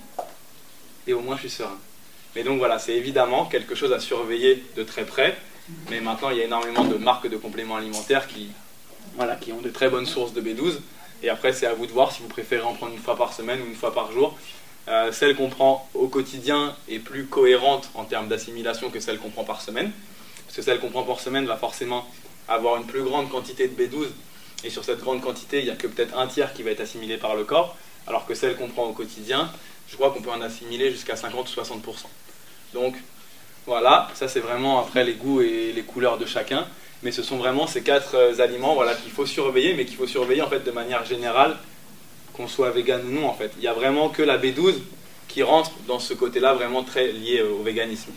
et au moins, je suis serein. Mais donc voilà, c'est évidemment quelque chose à surveiller de très près. Mais maintenant, il y a énormément de marques de compléments alimentaires qui, voilà, qui ont de très bonnes sources de B douze. Et après, c'est à vous de voir si vous préférez en prendre une fois par semaine ou une fois par jour. Euh, celle qu'on prend au quotidien est plus cohérente en termes d'assimilation que celle qu'on prend par semaine. Parce que celle qu'on prend par semaine va forcément avoir une plus grande quantité de B douze. Et sur cette grande quantité, il n'y a que peut-être un tiers qui va être assimilé par le corps. Alors que celle qu'on prend au quotidien, je crois qu'on peut en assimiler jusqu'à cinquante ou soixante pour cent. Donc voilà, ça c'est vraiment après les goûts et les couleurs de chacun. Mais ce sont vraiment ces quatre euh, aliments voilà, qu'il faut surveiller, mais qu'il faut surveiller en fait de manière générale, qu'on soit vegan ou non en fait. Il n'y a vraiment que la B douze qui rentre dans ce côté-là vraiment très lié au véganisme.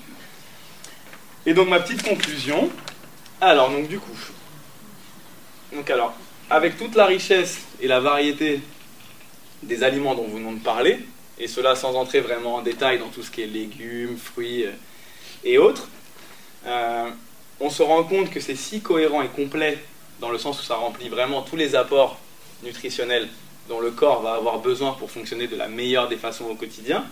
Et donc ma petite conclusion, alors donc du coup, donc alors, avec toute la richesse et la variété des aliments dont vous venons de parler, et cela sans entrer vraiment en détail dans tout ce qui est légumes, fruits euh, et autres, euh, on se rend compte que c'est si cohérent et complet dans le sens où ça remplit vraiment tous les apports nutritionnels dont le corps va avoir besoin pour fonctionner de la meilleure des façons au quotidien.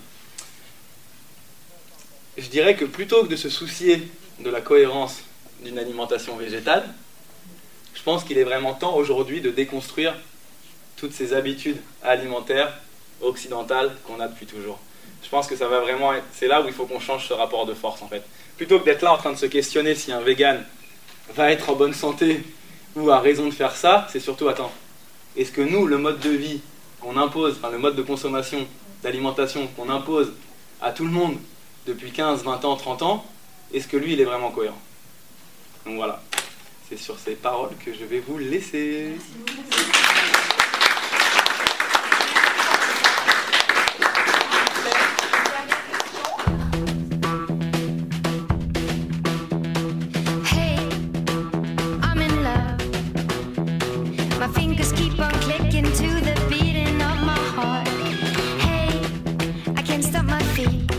Je dirais que plutôt que de se soucier de la cohérence d'une alimentation végétale, je pense qu'il est vraiment temps aujourd'hui de déconstruire toutes ces habitudes alimentaires occidentales qu'on a depuis toujours. Je pense que ça va vraiment être, c'est là où il faut qu'on change ce rapport de force en fait. Plutôt que d'être là en train de se questionner si un vegan va être en bonne santé ou a raison de faire ça, c'est surtout, attends, est-ce que nous, le mode de vie qu'on impose, enfin le mode de consommation, d'alimentation qu'on impose à tout le monde depuis quinze, vingt ans, trente ans, est-ce que lui, il est vraiment cohérent? Donc voilà, c'est sur ces paroles que je vais vous laisser. Fingers keep on clicking to the beating of my heart. Hey, I can't stop my feet.